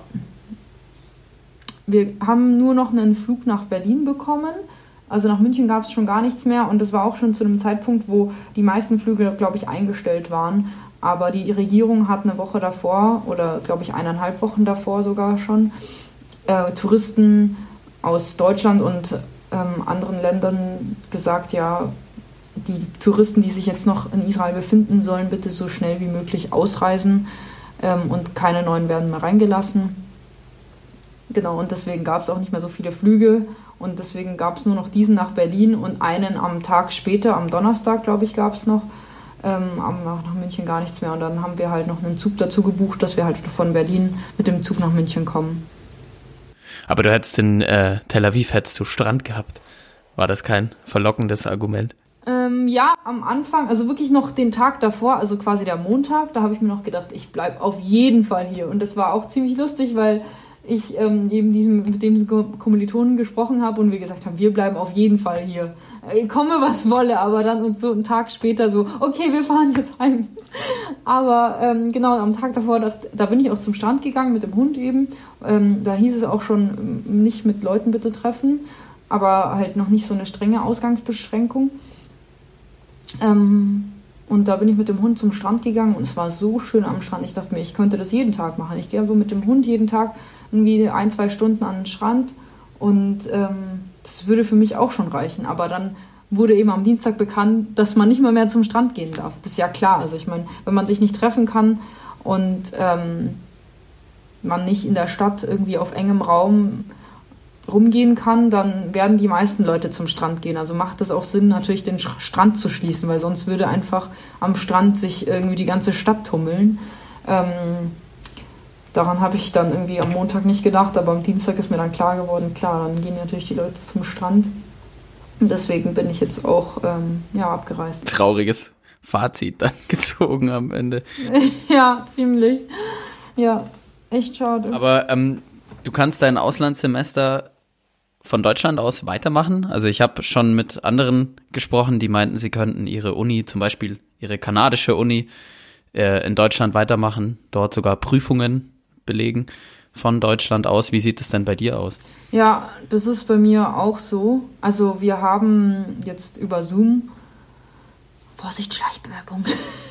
wir haben nur noch einen Flug nach Berlin bekommen. Also nach München gab es schon gar nichts mehr und das war auch schon zu einem Zeitpunkt, wo die meisten Flüge, glaube ich, eingestellt waren. Aber die Regierung hat eine Woche davor oder, glaube ich, 1,5 Wochen davor sogar schon Touristen aus Deutschland und anderen Ländern gesagt, ja, die Touristen, die sich jetzt noch in Israel befinden, sollen bitte so schnell wie möglich ausreisen und keine neuen werden mehr reingelassen. Genau, und deswegen gab es auch nicht mehr so viele Flüge und deswegen gab es nur noch diesen nach Berlin und einen am Tag später, am Donnerstag, glaube ich, gab es noch, nach München gar nichts mehr. Und dann haben wir halt noch einen Zug dazu gebucht, dass wir halt von Berlin mit dem Zug nach München kommen. Aber du hättest in Tel Aviv Strand gehabt. War das kein verlockendes Argument? Ja, am Anfang, also wirklich noch den Tag davor, also quasi der Montag, da habe ich mir noch gedacht, ich bleibe auf jeden Fall hier. Und das war auch ziemlich lustig, weil ich mit dem Kommilitonen gesprochen habe und wir gesagt haben, wir bleiben auf jeden Fall hier. Komme, was wolle, aber dann und so einen Tag später so, okay, wir fahren jetzt heim. Aber genau, am Tag davor, da bin ich auch zum Strand gegangen mit dem Hund eben. Da hieß es auch schon, nicht mit Leuten bitte treffen, aber halt noch nicht so eine strenge Ausgangsbeschränkung. Und da bin ich mit dem Hund zum Strand gegangen und es war so schön am Strand. Ich dachte mir, ich könnte das jeden Tag machen. Ich gehe so mit dem Hund jeden Tag irgendwie 1-2 Stunden an den Strand und das würde für mich auch schon reichen. Aber dann wurde eben am Dienstag bekannt, dass man nicht mal mehr zum Strand gehen darf. Das ist ja klar. Also ich meine, wenn man sich nicht treffen kann und man nicht in der Stadt irgendwie auf engem Raum rumgehen kann, dann werden die meisten Leute zum Strand gehen. Also macht es auch Sinn, natürlich den Strand zu schließen, weil sonst würde einfach am Strand sich irgendwie die ganze Stadt tummeln. Daran habe ich dann irgendwie am Montag nicht gedacht, aber am Dienstag ist mir dann klar geworden, klar, dann gehen natürlich die Leute zum Strand. Und deswegen bin ich jetzt auch abgereist. Trauriges Fazit dann gezogen am Ende. Ja, ziemlich. Ja, echt schade. Aber du kannst dein Auslandssemester von Deutschland aus weitermachen? Also ich habe schon mit anderen gesprochen, die meinten, sie könnten ihre Uni, zum Beispiel ihre kanadische Uni, in Deutschland weitermachen, dort sogar Prüfungen belegen von Deutschland aus. Wie sieht es denn bei dir aus? Ja, das ist bei mir auch so. Also wir haben jetzt über Zoom, Vorsicht, Schleichwerbung.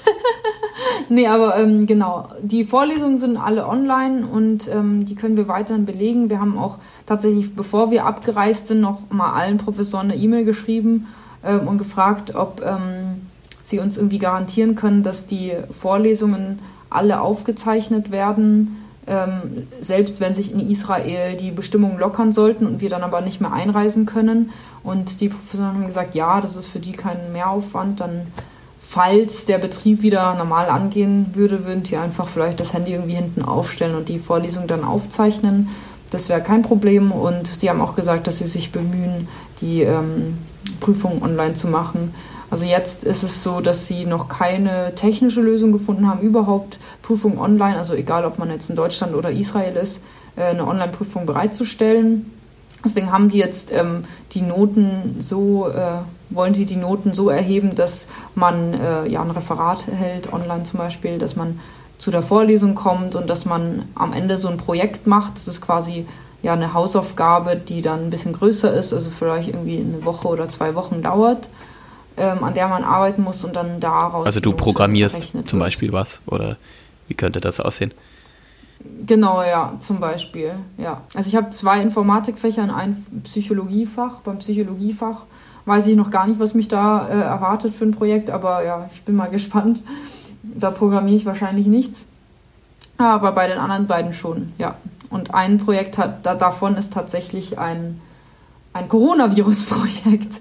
Nee, aber genau, die Vorlesungen sind alle online und die können wir weiterhin belegen. Wir haben auch tatsächlich, bevor wir abgereist sind, noch mal allen Professoren eine E-Mail geschrieben und gefragt, ob sie uns irgendwie garantieren können, dass die Vorlesungen alle aufgezeichnet werden, selbst wenn sich in Israel die Bestimmungen lockern sollten und wir dann aber nicht mehr einreisen können. Und die Professoren haben gesagt, ja, das ist für die kein Mehraufwand. Dann, falls der Betrieb wieder normal angehen würde, würden die einfach vielleicht das Handy irgendwie hinten aufstellen und die Vorlesung dann aufzeichnen. Das wäre kein Problem. Und sie haben auch gesagt, dass sie sich bemühen, die Prüfungen online zu machen. Also jetzt ist es so, dass sie noch keine technische Lösung gefunden haben, überhaupt Prüfungen online, also egal, ob man jetzt in Deutschland oder Israel ist, eine Online-Prüfung bereitzustellen. Deswegen haben die jetzt die Noten so, wollen sie die Noten so erheben, dass man ein Referat hält, online zum Beispiel, dass man zu der Vorlesung kommt und dass man am Ende so ein Projekt macht. Das ist quasi ja eine Hausaufgabe, die dann ein bisschen größer ist, also vielleicht irgendwie eine Woche oder 2 Wochen dauert, an der man arbeiten muss und dann daraus. Also du programmierst zum Beispiel was, oder wie könnte das aussehen? Genau, ja, zum Beispiel, ja. Also ich habe 2 Informatikfächer und ein Psychologiefach. Beim Psychologiefach weiß ich noch gar nicht, was mich da erwartet für ein Projekt, aber ja, ich bin mal gespannt. Da programmiere ich wahrscheinlich nichts. Aber bei den anderen beiden schon, ja. Und ein Projekt davon ist tatsächlich ein Coronavirus-Projekt.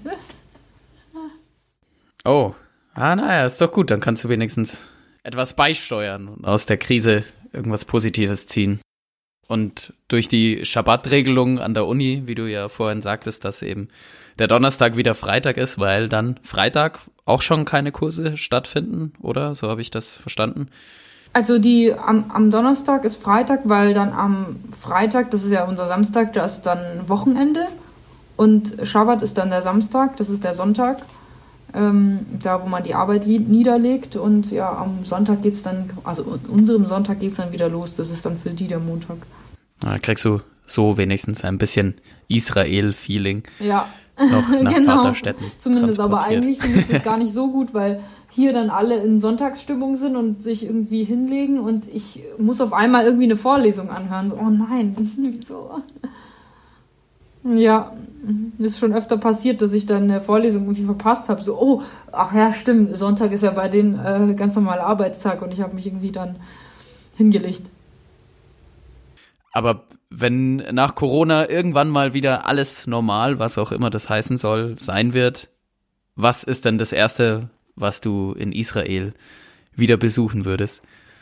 Oh, naja, ist doch gut. Dann kannst du wenigstens etwas beisteuern und aus der Krise irgendwas Positives ziehen. Und durch die Schabbat-Regelung an der Uni, wie du ja vorhin sagtest, dass eben der Donnerstag wieder Freitag ist, weil dann Freitag auch schon keine Kurse stattfinden, oder? So habe ich das verstanden. Also am Donnerstag ist Freitag, weil dann am Freitag, das ist ja unser Samstag, da ist dann Wochenende. Und Schabbat ist dann der Samstag, das ist der Sonntag. Da, wo man die Arbeit niederlegt. Und ja, am Sonntag geht's dann, also unserem Sonntag geht's dann wieder los. Das ist dann für die der Montag. Da kriegst du so wenigstens ein bisschen Israel-Feeling. Ja, noch nach genau. Vaterstätten Zumindest, aber eigentlich finde ich das gar nicht so gut, weil hier dann alle in Sonntagsstimmung sind und sich irgendwie hinlegen und ich muss auf einmal irgendwie eine Vorlesung anhören. So, oh nein, wieso? Ja, ist schon öfter passiert, dass ich dann eine Vorlesung irgendwie verpasst habe. So, ach ja, stimmt, Sonntag ist ja bei denen ganz normaler Arbeitstag und ich habe mich irgendwie dann hingelegt. Aber wenn nach Corona irgendwann mal wieder alles normal, was auch immer das heißen soll, sein wird, was ist denn das Erste, was du in Israel wieder besuchen würdest?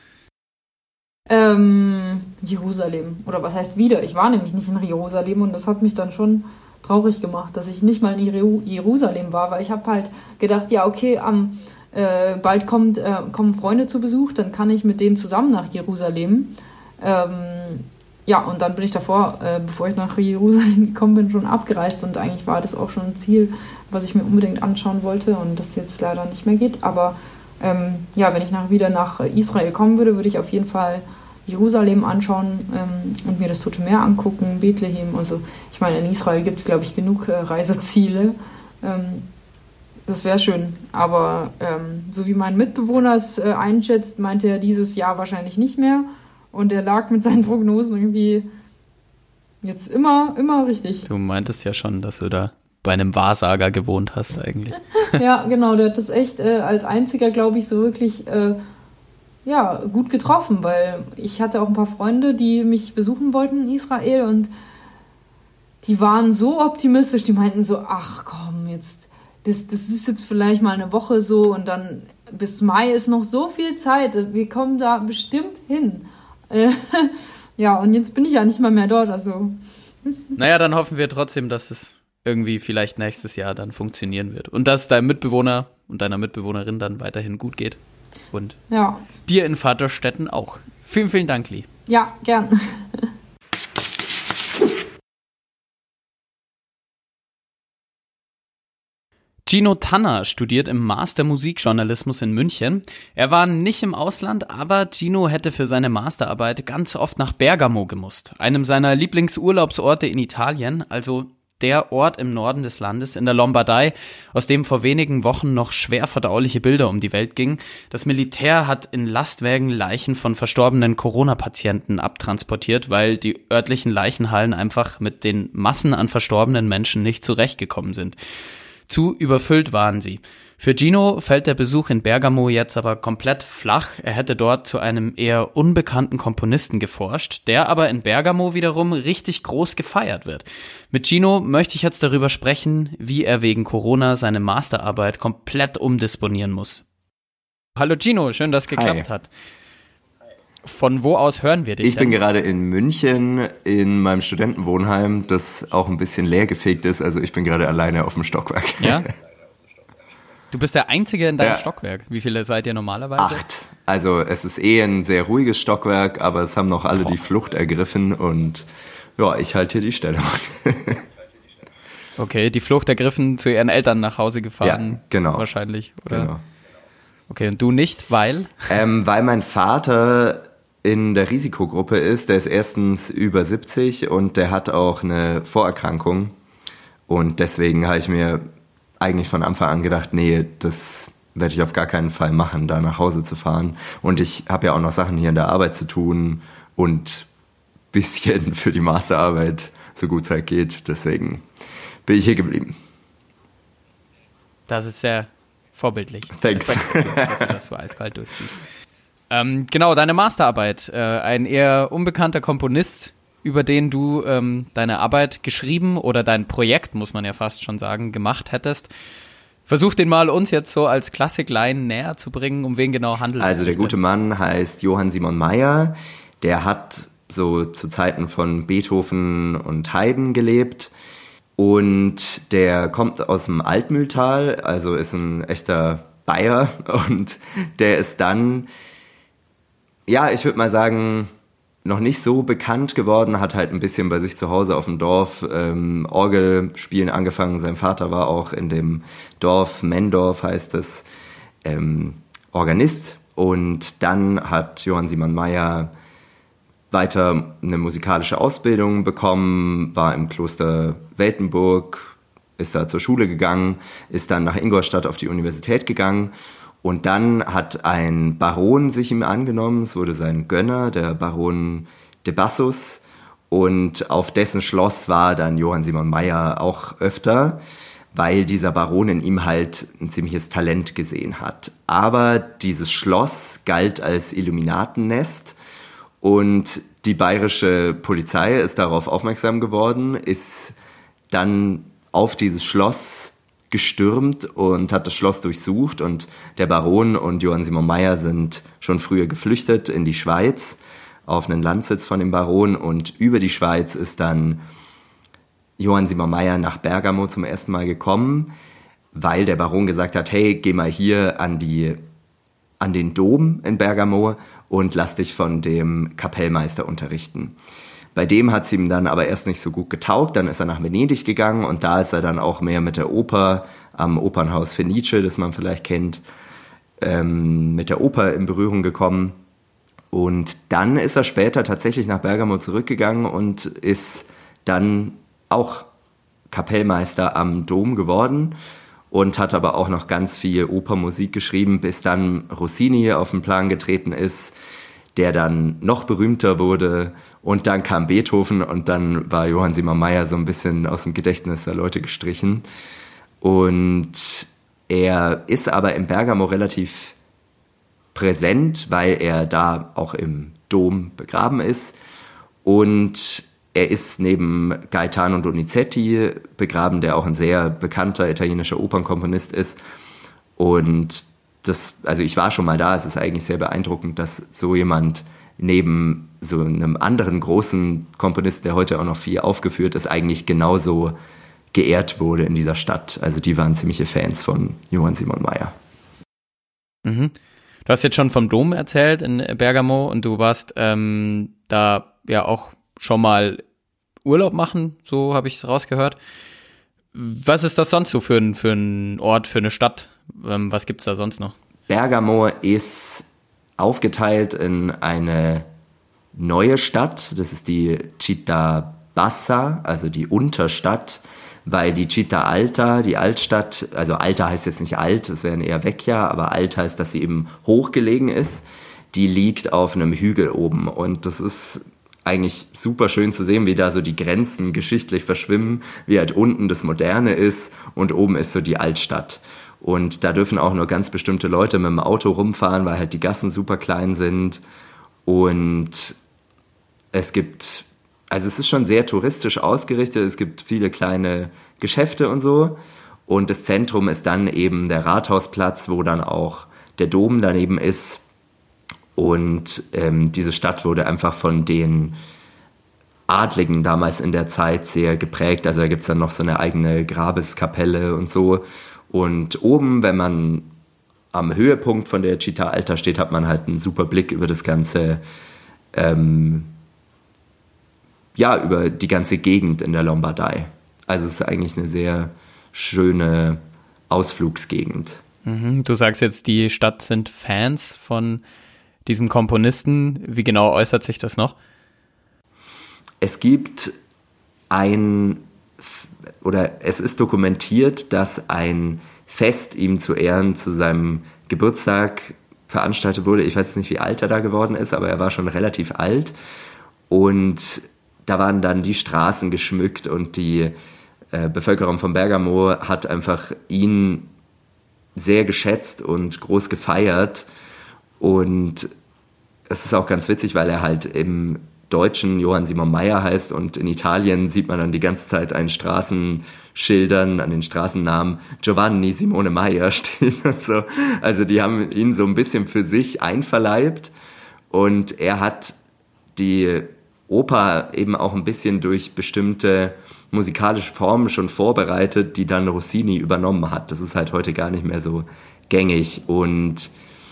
Jerusalem. Oder was heißt wieder? Ich war nämlich nicht in Jerusalem und das hat mich dann schon traurig gemacht, dass ich nicht mal in Jerusalem war, weil ich habe halt gedacht, ja okay, bald kommen Freunde zu Besuch, dann kann ich mit denen zusammen nach Jerusalem. Ja, und dann bin ich davor, bevor ich nach Jerusalem gekommen bin, schon abgereist und eigentlich war das auch schon ein Ziel, was ich mir unbedingt anschauen wollte und das jetzt leider nicht mehr geht, aber ja, wenn ich wieder nach Israel kommen würde, würde ich auf jeden Fall Jerusalem anschauen und mir das Tote Meer angucken, Bethlehem. Also ich meine, in Israel gibt es, glaube ich, genug Reiseziele. Das wäre schön. Aber so wie mein Mitbewohner es einschätzt, meinte er dieses Jahr wahrscheinlich nicht mehr. Und er lag mit seinen Prognosen irgendwie jetzt immer richtig. Du meintest ja schon, dass du da bei einem Wahrsager gewohnt hast eigentlich. Ja, genau, der hat das echt als einziger, glaube ich, so wirklich gut getroffen, weil ich hatte auch ein paar Freunde, die mich besuchen wollten in Israel und die waren so optimistisch, die meinten so, ach komm, jetzt, das ist jetzt vielleicht mal eine Woche so und dann bis Mai ist noch so viel Zeit, wir kommen da bestimmt hin. Ja, und jetzt bin ich ja nicht mal mehr dort, also. Naja, dann hoffen wir trotzdem, dass es irgendwie vielleicht nächstes Jahr dann funktionieren wird. Und dass deinem Mitbewohner und deiner Mitbewohnerin dann weiterhin gut geht. Und dir in Vaterstetten auch. Vielen, vielen Dank, Li. Ja, gern. Gino Tanner studiert im Master Musikjournalismus in München. Er war nicht im Ausland, aber Gino hätte für seine Masterarbeit ganz oft nach Bergamo gemusst, einem seiner Lieblingsurlaubsorte in Italien, also der Ort im Norden des Landes in der Lombardei, aus dem vor wenigen Wochen noch schwer verdauliche Bilder um die Welt gingen. Das Militär hat in Lastwägen Leichen von verstorbenen Corona-Patienten abtransportiert, weil die örtlichen Leichenhallen einfach mit den Massen an verstorbenen Menschen nicht zurechtgekommen sind. Zu überfüllt waren sie. Für Gino fällt der Besuch in Bergamo jetzt aber komplett flach. Er hätte dort zu einem eher unbekannten Komponisten geforscht, der aber in Bergamo wiederum richtig groß gefeiert wird. Mit Gino möchte ich jetzt darüber sprechen, wie er wegen Corona seine Masterarbeit komplett umdisponieren muss. Hallo Gino, schön, dass es geklappt hat. Von wo aus hören wir dich? Ich bin gerade in München in meinem Studentenwohnheim, das auch ein bisschen leergefegt ist. Also ich bin gerade alleine auf dem Stockwerk. Ja? Du bist der Einzige in deinem Stockwerk. Wie viele seid ihr normalerweise? 8. Also es ist ein sehr ruhiges Stockwerk, aber es haben noch alle die Flucht ergriffen und ja, ich halte hier die Stellung. Okay, die Flucht ergriffen, zu ihren Eltern nach Hause gefahren. Ja, genau. Wahrscheinlich, oder? Genau. Okay, und du nicht, weil? Weil mein Vater in der Risikogruppe ist. Der ist erstens über 70 und der hat auch eine Vorerkrankung. Und deswegen habe ich mir eigentlich von Anfang an gedacht, nee, das werde ich auf gar keinen Fall machen, da nach Hause zu fahren. Und ich habe ja auch noch Sachen hier in der Arbeit zu tun und ein bisschen für die Masterarbeit, so gut es halt geht. Deswegen bin ich hier geblieben. Das ist sehr vorbildlich. Thanks. Dass du das so eiskalt durchziehst. Genau, deine Masterarbeit. Ein eher unbekannter Komponist, über den du deine Arbeit geschrieben oder dein Projekt, muss man ja fast schon sagen, gemacht hättest. Versuch den mal uns jetzt so als Klassik-Laien näher zu bringen, um wen genau handelt es sich. Also der gute Mann heißt Johann Simon Mayr. Der hat so zu Zeiten von Beethoven und Haydn gelebt. Und der kommt aus dem Altmühltal, also ist ein echter Bayer. Und der ist dann, ja, ich würde mal sagen, noch nicht so bekannt geworden, hat halt ein bisschen bei sich zu Hause auf dem Dorf Orgel spielen angefangen. Sein Vater war auch in dem Dorf, Mendorf heißt es, Organist. Und dann hat Johann Simon Mayr weiter eine musikalische Ausbildung bekommen, war im Kloster Weltenburg, ist da zur Schule gegangen, ist dann nach Ingolstadt auf die Universität gegangen und dann hat ein Baron sich ihm angenommen, es wurde sein Gönner, der Baron de Bassus, und auf dessen Schloss war dann Johann Simon Mayr auch öfter, weil dieser Baron in ihm halt ein ziemliches Talent gesehen hat. Aber dieses Schloss galt als Illuminatennest. Und die bayerische Polizei ist darauf aufmerksam geworden, ist dann auf dieses Schloss gestürmt und hat das Schloss durchsucht. Und der Baron und Johann Simon Mayr sind schon früher geflüchtet in die Schweiz, auf einen Landsitz von dem Baron. Und über die Schweiz ist dann Johann Simon Mayr nach Bergamo zum ersten Mal gekommen, weil der Baron gesagt hat, hey, geh mal hier an den Dom in Bergamo und lass dich von dem Kapellmeister unterrichten. Bei dem hat es ihm dann aber erst nicht so gut getaugt, dann ist er nach Venedig gegangen und da ist er dann auch mehr mit der Oper am Opernhaus Fenice, das man vielleicht kennt, mit der Oper in Berührung gekommen. Und dann ist er später tatsächlich nach Bergamo zurückgegangen und ist dann auch Kapellmeister am Dom geworden und hat aber auch noch ganz viel Opermusik geschrieben, bis dann Rossini auf den Plan getreten ist, der dann noch berühmter wurde und dann kam Beethoven und dann war Johann Simon Mayr so ein bisschen aus dem Gedächtnis der Leute gestrichen. Und er ist aber in Bergamo relativ präsent, weil er da auch im Dom begraben ist und er ist neben Gaetano Donizetti begraben, der auch ein sehr bekannter italienischer Opernkomponist ist. Und also ich war schon mal da, es ist eigentlich sehr beeindruckend, dass so jemand neben so einem anderen großen Komponisten, der heute auch noch viel aufgeführt ist, eigentlich genauso geehrt wurde in dieser Stadt. Also die waren ziemliche Fans von Johann Simon Mayr. Mhm. Du hast jetzt schon vom Dom erzählt in Bergamo und du warst da ja auch schon mal Urlaub machen, so habe ich es rausgehört. Was ist das sonst so für ein Ort, für eine Stadt? Was gibt's da sonst noch? Bergamo ist aufgeteilt in eine neue Stadt, das ist die Città Bassa, also die Unterstadt, weil die Città Alta, die Altstadt, also Alta heißt jetzt nicht alt, das wäre eher Vecchia, aber Alta heißt, dass sie eben hochgelegen ist, die liegt auf einem Hügel oben und das ist eigentlich super schön zu sehen, wie da so die Grenzen geschichtlich verschwimmen, wie halt unten das Moderne ist und oben ist so die Altstadt. Und da dürfen auch nur ganz bestimmte Leute mit dem Auto rumfahren, weil halt die Gassen super klein sind. Und es ist schon sehr touristisch ausgerichtet. Es gibt viele kleine Geschäfte und so. Und das Zentrum ist dann eben der Rathausplatz, wo dann auch der Dom daneben ist. Und diese Stadt wurde einfach von den Adligen damals in der Zeit sehr geprägt. Also da gibt es dann noch so eine eigene Grabeskapelle und so. Und oben, wenn man am Höhepunkt von der Città Alta steht, hat man halt einen super Blick über das ganze, über die ganze Gegend in der Lombardei. Also es ist eigentlich eine sehr schöne Ausflugsgegend. Mhm, du sagst jetzt, die Stadt sind Fans von diesem Komponisten. Wie genau äußert sich das noch? Es gibt es ist dokumentiert, dass ein Fest ihm zu Ehren zu seinem Geburtstag veranstaltet wurde. Ich weiß jetzt nicht, wie alt er da geworden ist, aber er war schon relativ alt. Und da waren dann die Straßen geschmückt und die Bevölkerung von Bergamo hat einfach ihn sehr geschätzt und groß gefeiert. Und es ist auch ganz witzig, weil er halt im Deutschen Johann Simon Mayr heißt und in Italien sieht man dann die ganze Zeit an Straßenschildern, an den Straßennamen Giovanni Simone Mayr stehen und so. Also die haben ihn so ein bisschen für sich einverleibt und er hat die Oper eben auch ein bisschen durch bestimmte musikalische Formen schon vorbereitet, die dann Rossini übernommen hat. Das ist halt heute gar nicht mehr so gängig und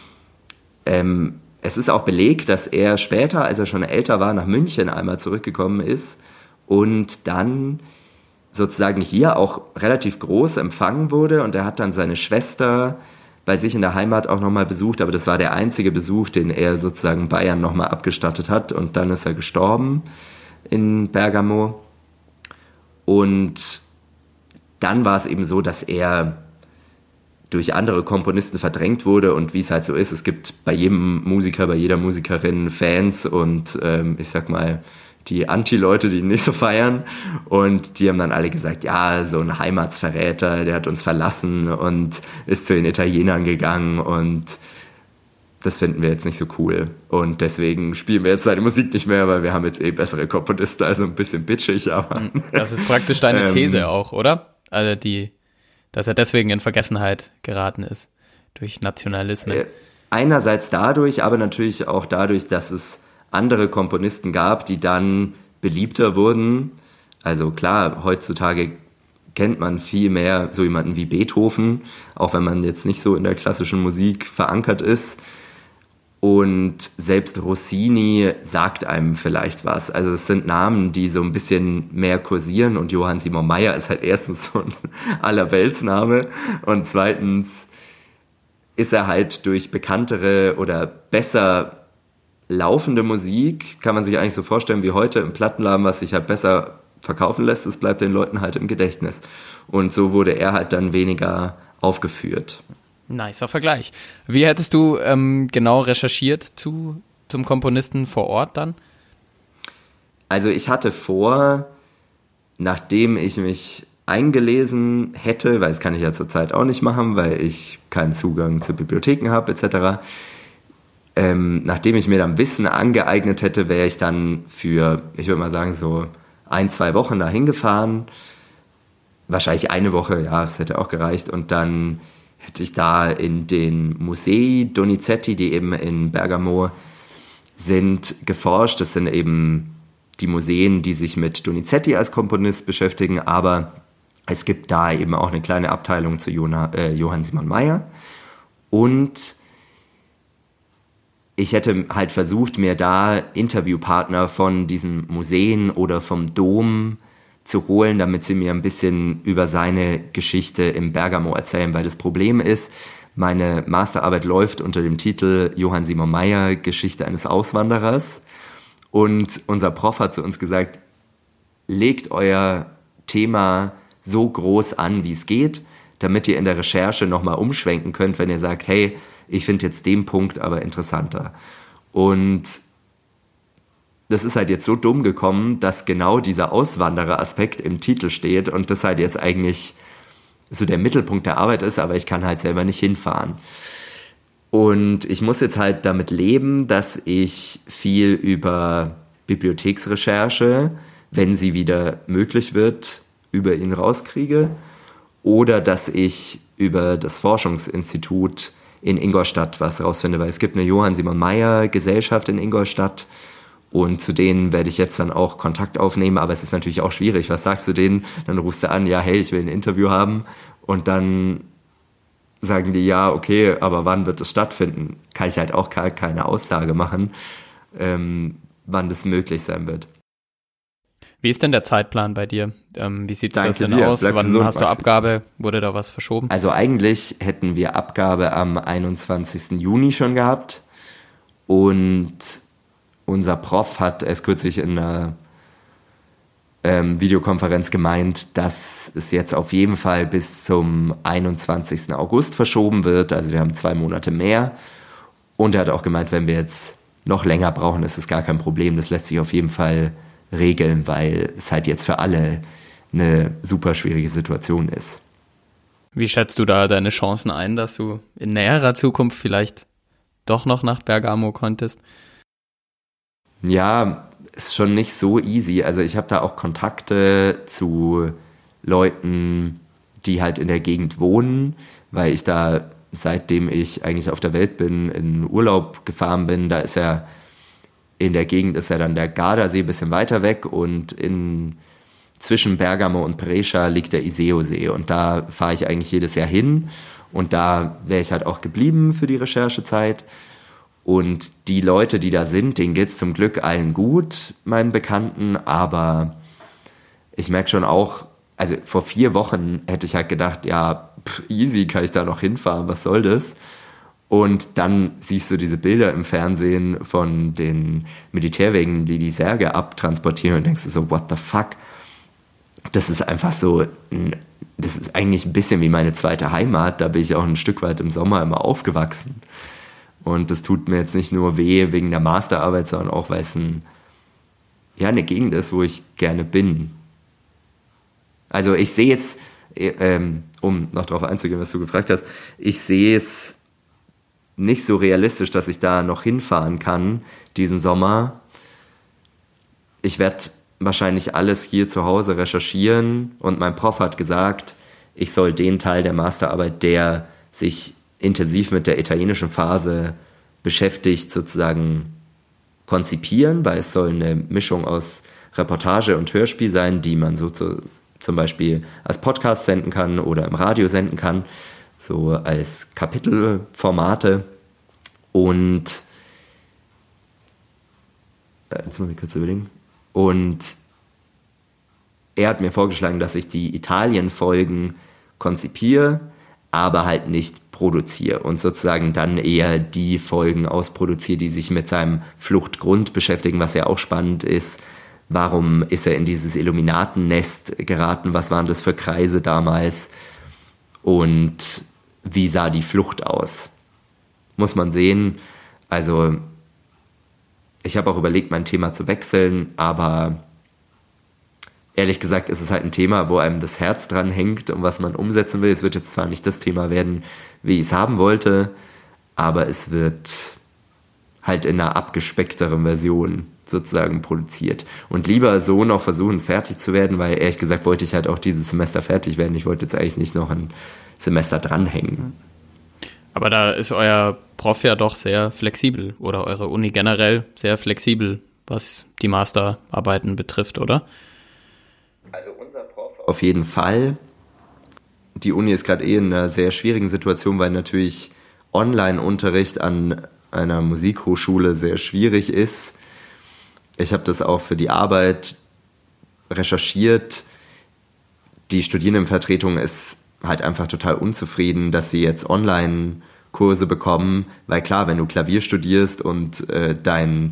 es ist auch belegt, dass er später, als er schon älter war, nach München einmal zurückgekommen ist und dann sozusagen hier auch relativ groß empfangen wurde und er hat dann seine Schwester bei sich in der Heimat auch nochmal besucht, aber das war der einzige Besuch, den er sozusagen Bayern nochmal abgestattet hat und dann ist er gestorben in Bergamo und dann war es eben so, dass er durch andere Komponisten verdrängt wurde und wie es halt so ist, es gibt bei jedem Musiker, bei jeder Musikerin Fans und ich sag mal die Anti-Leute, die ihn nicht so feiern und die haben dann alle gesagt, ja, so ein Heimatsverräter, der hat uns verlassen und ist zu den Italienern gegangen und das finden wir jetzt nicht so cool und deswegen spielen wir jetzt seine Musik nicht mehr, weil wir haben jetzt bessere Komponisten, also ein bisschen bitchig, aber... Das ist praktisch deine These auch, oder? Also dass er deswegen in Vergessenheit geraten ist durch Nationalismen. Einerseits dadurch, aber natürlich auch dadurch, dass es andere Komponisten gab, die dann beliebter wurden. Also klar, heutzutage kennt man viel mehr so jemanden wie Beethoven, auch wenn man jetzt nicht so in der klassischen Musik verankert ist. Und selbst Rossini sagt einem vielleicht was. Also es sind Namen, die so ein bisschen mehr kursieren und Johann Simon Mayr ist halt erstens so ein Allerweltsname und zweitens ist er halt durch bekanntere oder besser laufende Musik, kann man sich eigentlich so vorstellen wie heute im Plattenladen, was sich halt besser verkaufen lässt, es bleibt den Leuten halt im Gedächtnis. Und so wurde er halt dann weniger aufgeführt. Nicer Vergleich. Wie hättest du genau recherchiert zum Komponisten vor Ort dann? Also ich hatte vor, nachdem ich mich eingelesen hätte, weil das kann ich ja zurzeit auch nicht machen, weil ich keinen Zugang zu Bibliotheken habe etc., nachdem ich mir dann Wissen angeeignet hätte, wäre ich dann für, ich würde mal sagen, so 1-2 Wochen dahin gefahren. Wahrscheinlich eine Woche, ja, das hätte auch gereicht. Und dann hätte ich da in den Musei Donizetti, die eben in Bergamo sind, geforscht. Das sind eben die Museen, die sich mit Donizetti als Komponist beschäftigen, aber Es gibt da eben auch eine kleine Abteilung zu Johann Simon Mayer. Und ich hätte halt versucht, mir da Interviewpartner von diesen Museen oder vom Dom zu holen, damit sie mir ein bisschen über seine Geschichte im Bergamo erzählen. Weil das Problem ist, meine Masterarbeit läuft unter dem Titel Johann Simon Mayer, Geschichte eines Auswanderers. Und unser Prof hat zu uns gesagt, legt euer Thema so groß an, wie es geht, damit ihr in der Recherche nochmal umschwenken könnt, wenn ihr sagt, hey, ich finde jetzt den Punkt aber interessanter. Und das ist halt jetzt so dumm gekommen, dass genau dieser Auswanderer-Aspekt im Titel steht und das halt jetzt eigentlich so der Mittelpunkt der Arbeit ist, aber ich kann halt selber nicht hinfahren. Und ich muss jetzt halt damit leben, dass ich viel über Bibliotheksrecherche, wenn sie wieder möglich wird, über ihn rauskriege oder dass ich über das Forschungsinstitut in Ingolstadt was rausfinde, weil es gibt eine Johann Simon Mayer Gesellschaft in Ingolstadt und zu denen werde ich jetzt dann auch Kontakt aufnehmen, aber es ist natürlich auch schwierig. Was sagst du denen? Dann rufst du an, ja, hey, ich will ein Interview haben und dann sagen die, ja, okay, aber wann wird es stattfinden? Kann ich halt auch keine Aussage machen, wann das möglich sein wird. Wie ist denn der Zeitplan bei dir? Wie sieht das denn dir. aus? Bleib Wann gesund, hast du Maxi. Abgabe? Wurde da was verschoben? Also eigentlich hätten wir Abgabe am 21. Juni schon gehabt und unser Prof hat erst kürzlich in einer Videokonferenz gemeint, dass es jetzt auf jeden Fall bis zum 21. August verschoben wird. Also wir haben 2 Monate mehr. Und er hat auch gemeint, wenn wir jetzt noch länger brauchen, ist es gar kein Problem. Das lässt sich auf jeden Fall regeln, weil es halt jetzt für alle eine super schwierige Situation ist. Wie schätzt du da deine Chancen ein, dass du in näherer Zukunft vielleicht doch noch nach Bergamo konntest? Ja, ist schon nicht so easy. Also ich habe da auch Kontakte zu Leuten, die halt in der Gegend wohnen, weil ich da, seitdem ich eigentlich auf der Welt bin, in Urlaub gefahren bin, da ist ja in der Gegend ist ja dann der Gardasee ein bisschen weiter weg und zwischen Bergamo und Brescia liegt der Iseo-See und da fahre ich eigentlich jedes Jahr hin und da wäre ich halt auch geblieben für die Recherchezeit. Und die Leute, die da sind, denen geht es zum Glück allen gut, meinen Bekannten, aber ich merke schon auch, also vor 4 Wochen hätte ich halt gedacht, ja, easy, kann ich da noch hinfahren, was soll das? Und dann siehst du diese Bilder im Fernsehen von den Militärwegen, die die Särge abtransportieren und denkst du so, what the fuck? Das ist einfach so, das ist eigentlich ein bisschen wie meine zweite Heimat, da bin ich auch ein Stück weit im Sommer immer aufgewachsen. Und das tut mir jetzt nicht nur weh wegen der Masterarbeit, sondern auch, weil es eine Gegend ist, wo ich gerne bin. Also ich sehe es, um noch darauf einzugehen, was du gefragt hast, ich sehe es nicht so realistisch, dass ich da noch hinfahren kann diesen Sommer. Ich werde wahrscheinlich alles hier zu Hause recherchieren und mein Prof hat gesagt, ich soll den Teil der Masterarbeit, der sich intensiv mit der italienischen Phase beschäftigt, sozusagen konzipieren, weil es soll eine Mischung aus Reportage und Hörspiel sein, die man so zum Beispiel als Podcast senden kann oder im Radio senden kann, so als Kapitelformate. Und jetzt muss ich kurz überlegen. Und er hat mir vorgeschlagen, dass ich die Italien-Folgen konzipiere, aber halt nicht produziere und sozusagen dann eher die Folgen ausproduziere, die sich mit seinem Fluchtgrund beschäftigen, was ja auch spannend ist. Warum ist er in dieses Illuminatennest geraten? Was waren das für Kreise damals? Und wie sah die Flucht aus? Muss man sehen. Also ich habe auch überlegt, mein Thema zu wechseln, aber ehrlich gesagt ist es halt ein Thema, wo einem das Herz dran hängt und was man umsetzen will. Es wird jetzt zwar nicht das Thema werden, wie ich es haben wollte, aber es wird halt in einer abgespeckteren Version sozusagen produziert. Und lieber so noch versuchen, fertig zu werden, weil ehrlich gesagt wollte ich halt auch dieses Semester fertig werden. Ich wollte jetzt eigentlich nicht noch ein Semester dranhängen. Aber da ist euer Prof ja doch sehr flexibel oder eure Uni generell sehr flexibel, was die Masterarbeiten betrifft, oder? Also unser Prof auf jeden Fall. die Uni ist gerade in einer sehr schwierigen Situation, weil natürlich Online-Unterricht an einer Musikhochschule sehr schwierig ist. Ich habe das auch für die Arbeit recherchiert. Die Studierendenvertretung ist halt einfach total unzufrieden, dass sie jetzt Online-Kurse bekommen, weil klar, wenn du Klavier studierst und dein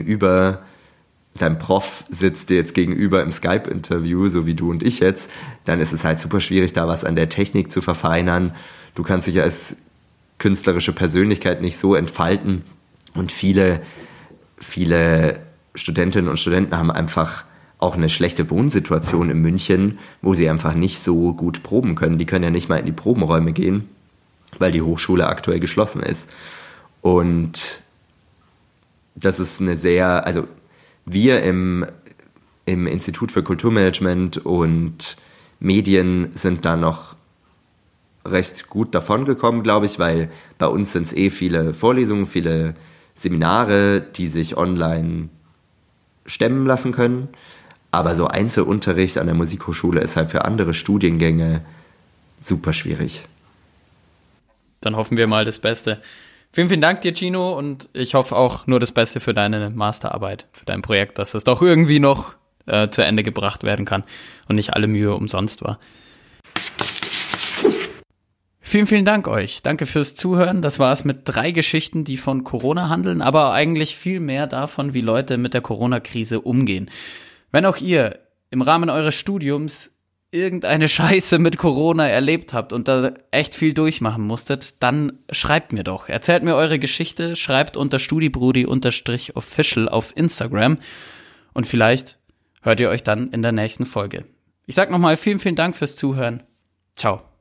Prof sitzt dir jetzt gegenüber im Skype-Interview, so wie du und ich jetzt, dann ist es halt super schwierig, da was an der Technik zu verfeinern. Du kannst dich als künstlerische Persönlichkeit nicht so entfalten und viele Studentinnen und Studenten haben einfach auch eine schlechte Wohnsituation in München, wo sie einfach nicht so gut proben können. Die können ja nicht mal in die Probenräume gehen, weil die Hochschule aktuell geschlossen ist. Und das ist wir im Institut für Kulturmanagement und Medien sind da noch recht gut davon gekommen, glaube ich, weil bei uns sind es viele Vorlesungen, viele Seminare, die sich online stemmen lassen können. Aber so Einzelunterricht an der Musikhochschule ist halt für andere Studiengänge super schwierig. Dann hoffen wir mal das Beste. Vielen, vielen Dank dir, Gino, und ich hoffe auch nur das Beste für deine Masterarbeit, für dein Projekt, dass das doch irgendwie noch zu Ende gebracht werden kann und nicht alle Mühe umsonst war. Vielen, vielen Dank euch. Danke fürs Zuhören. Das war es mit 3 Geschichten, die von Corona handeln, aber eigentlich viel mehr davon, wie Leute mit der Corona-Krise umgehen. Wenn auch ihr im Rahmen eures Studiums irgendeine Scheiße mit Corona erlebt habt und da echt viel durchmachen musstet, dann schreibt mir doch. Erzählt mir eure Geschichte, schreibt unter studibrudi_official auf Instagram und vielleicht hört ihr euch dann in der nächsten Folge. Ich sag nochmal vielen, vielen Dank fürs Zuhören. Ciao.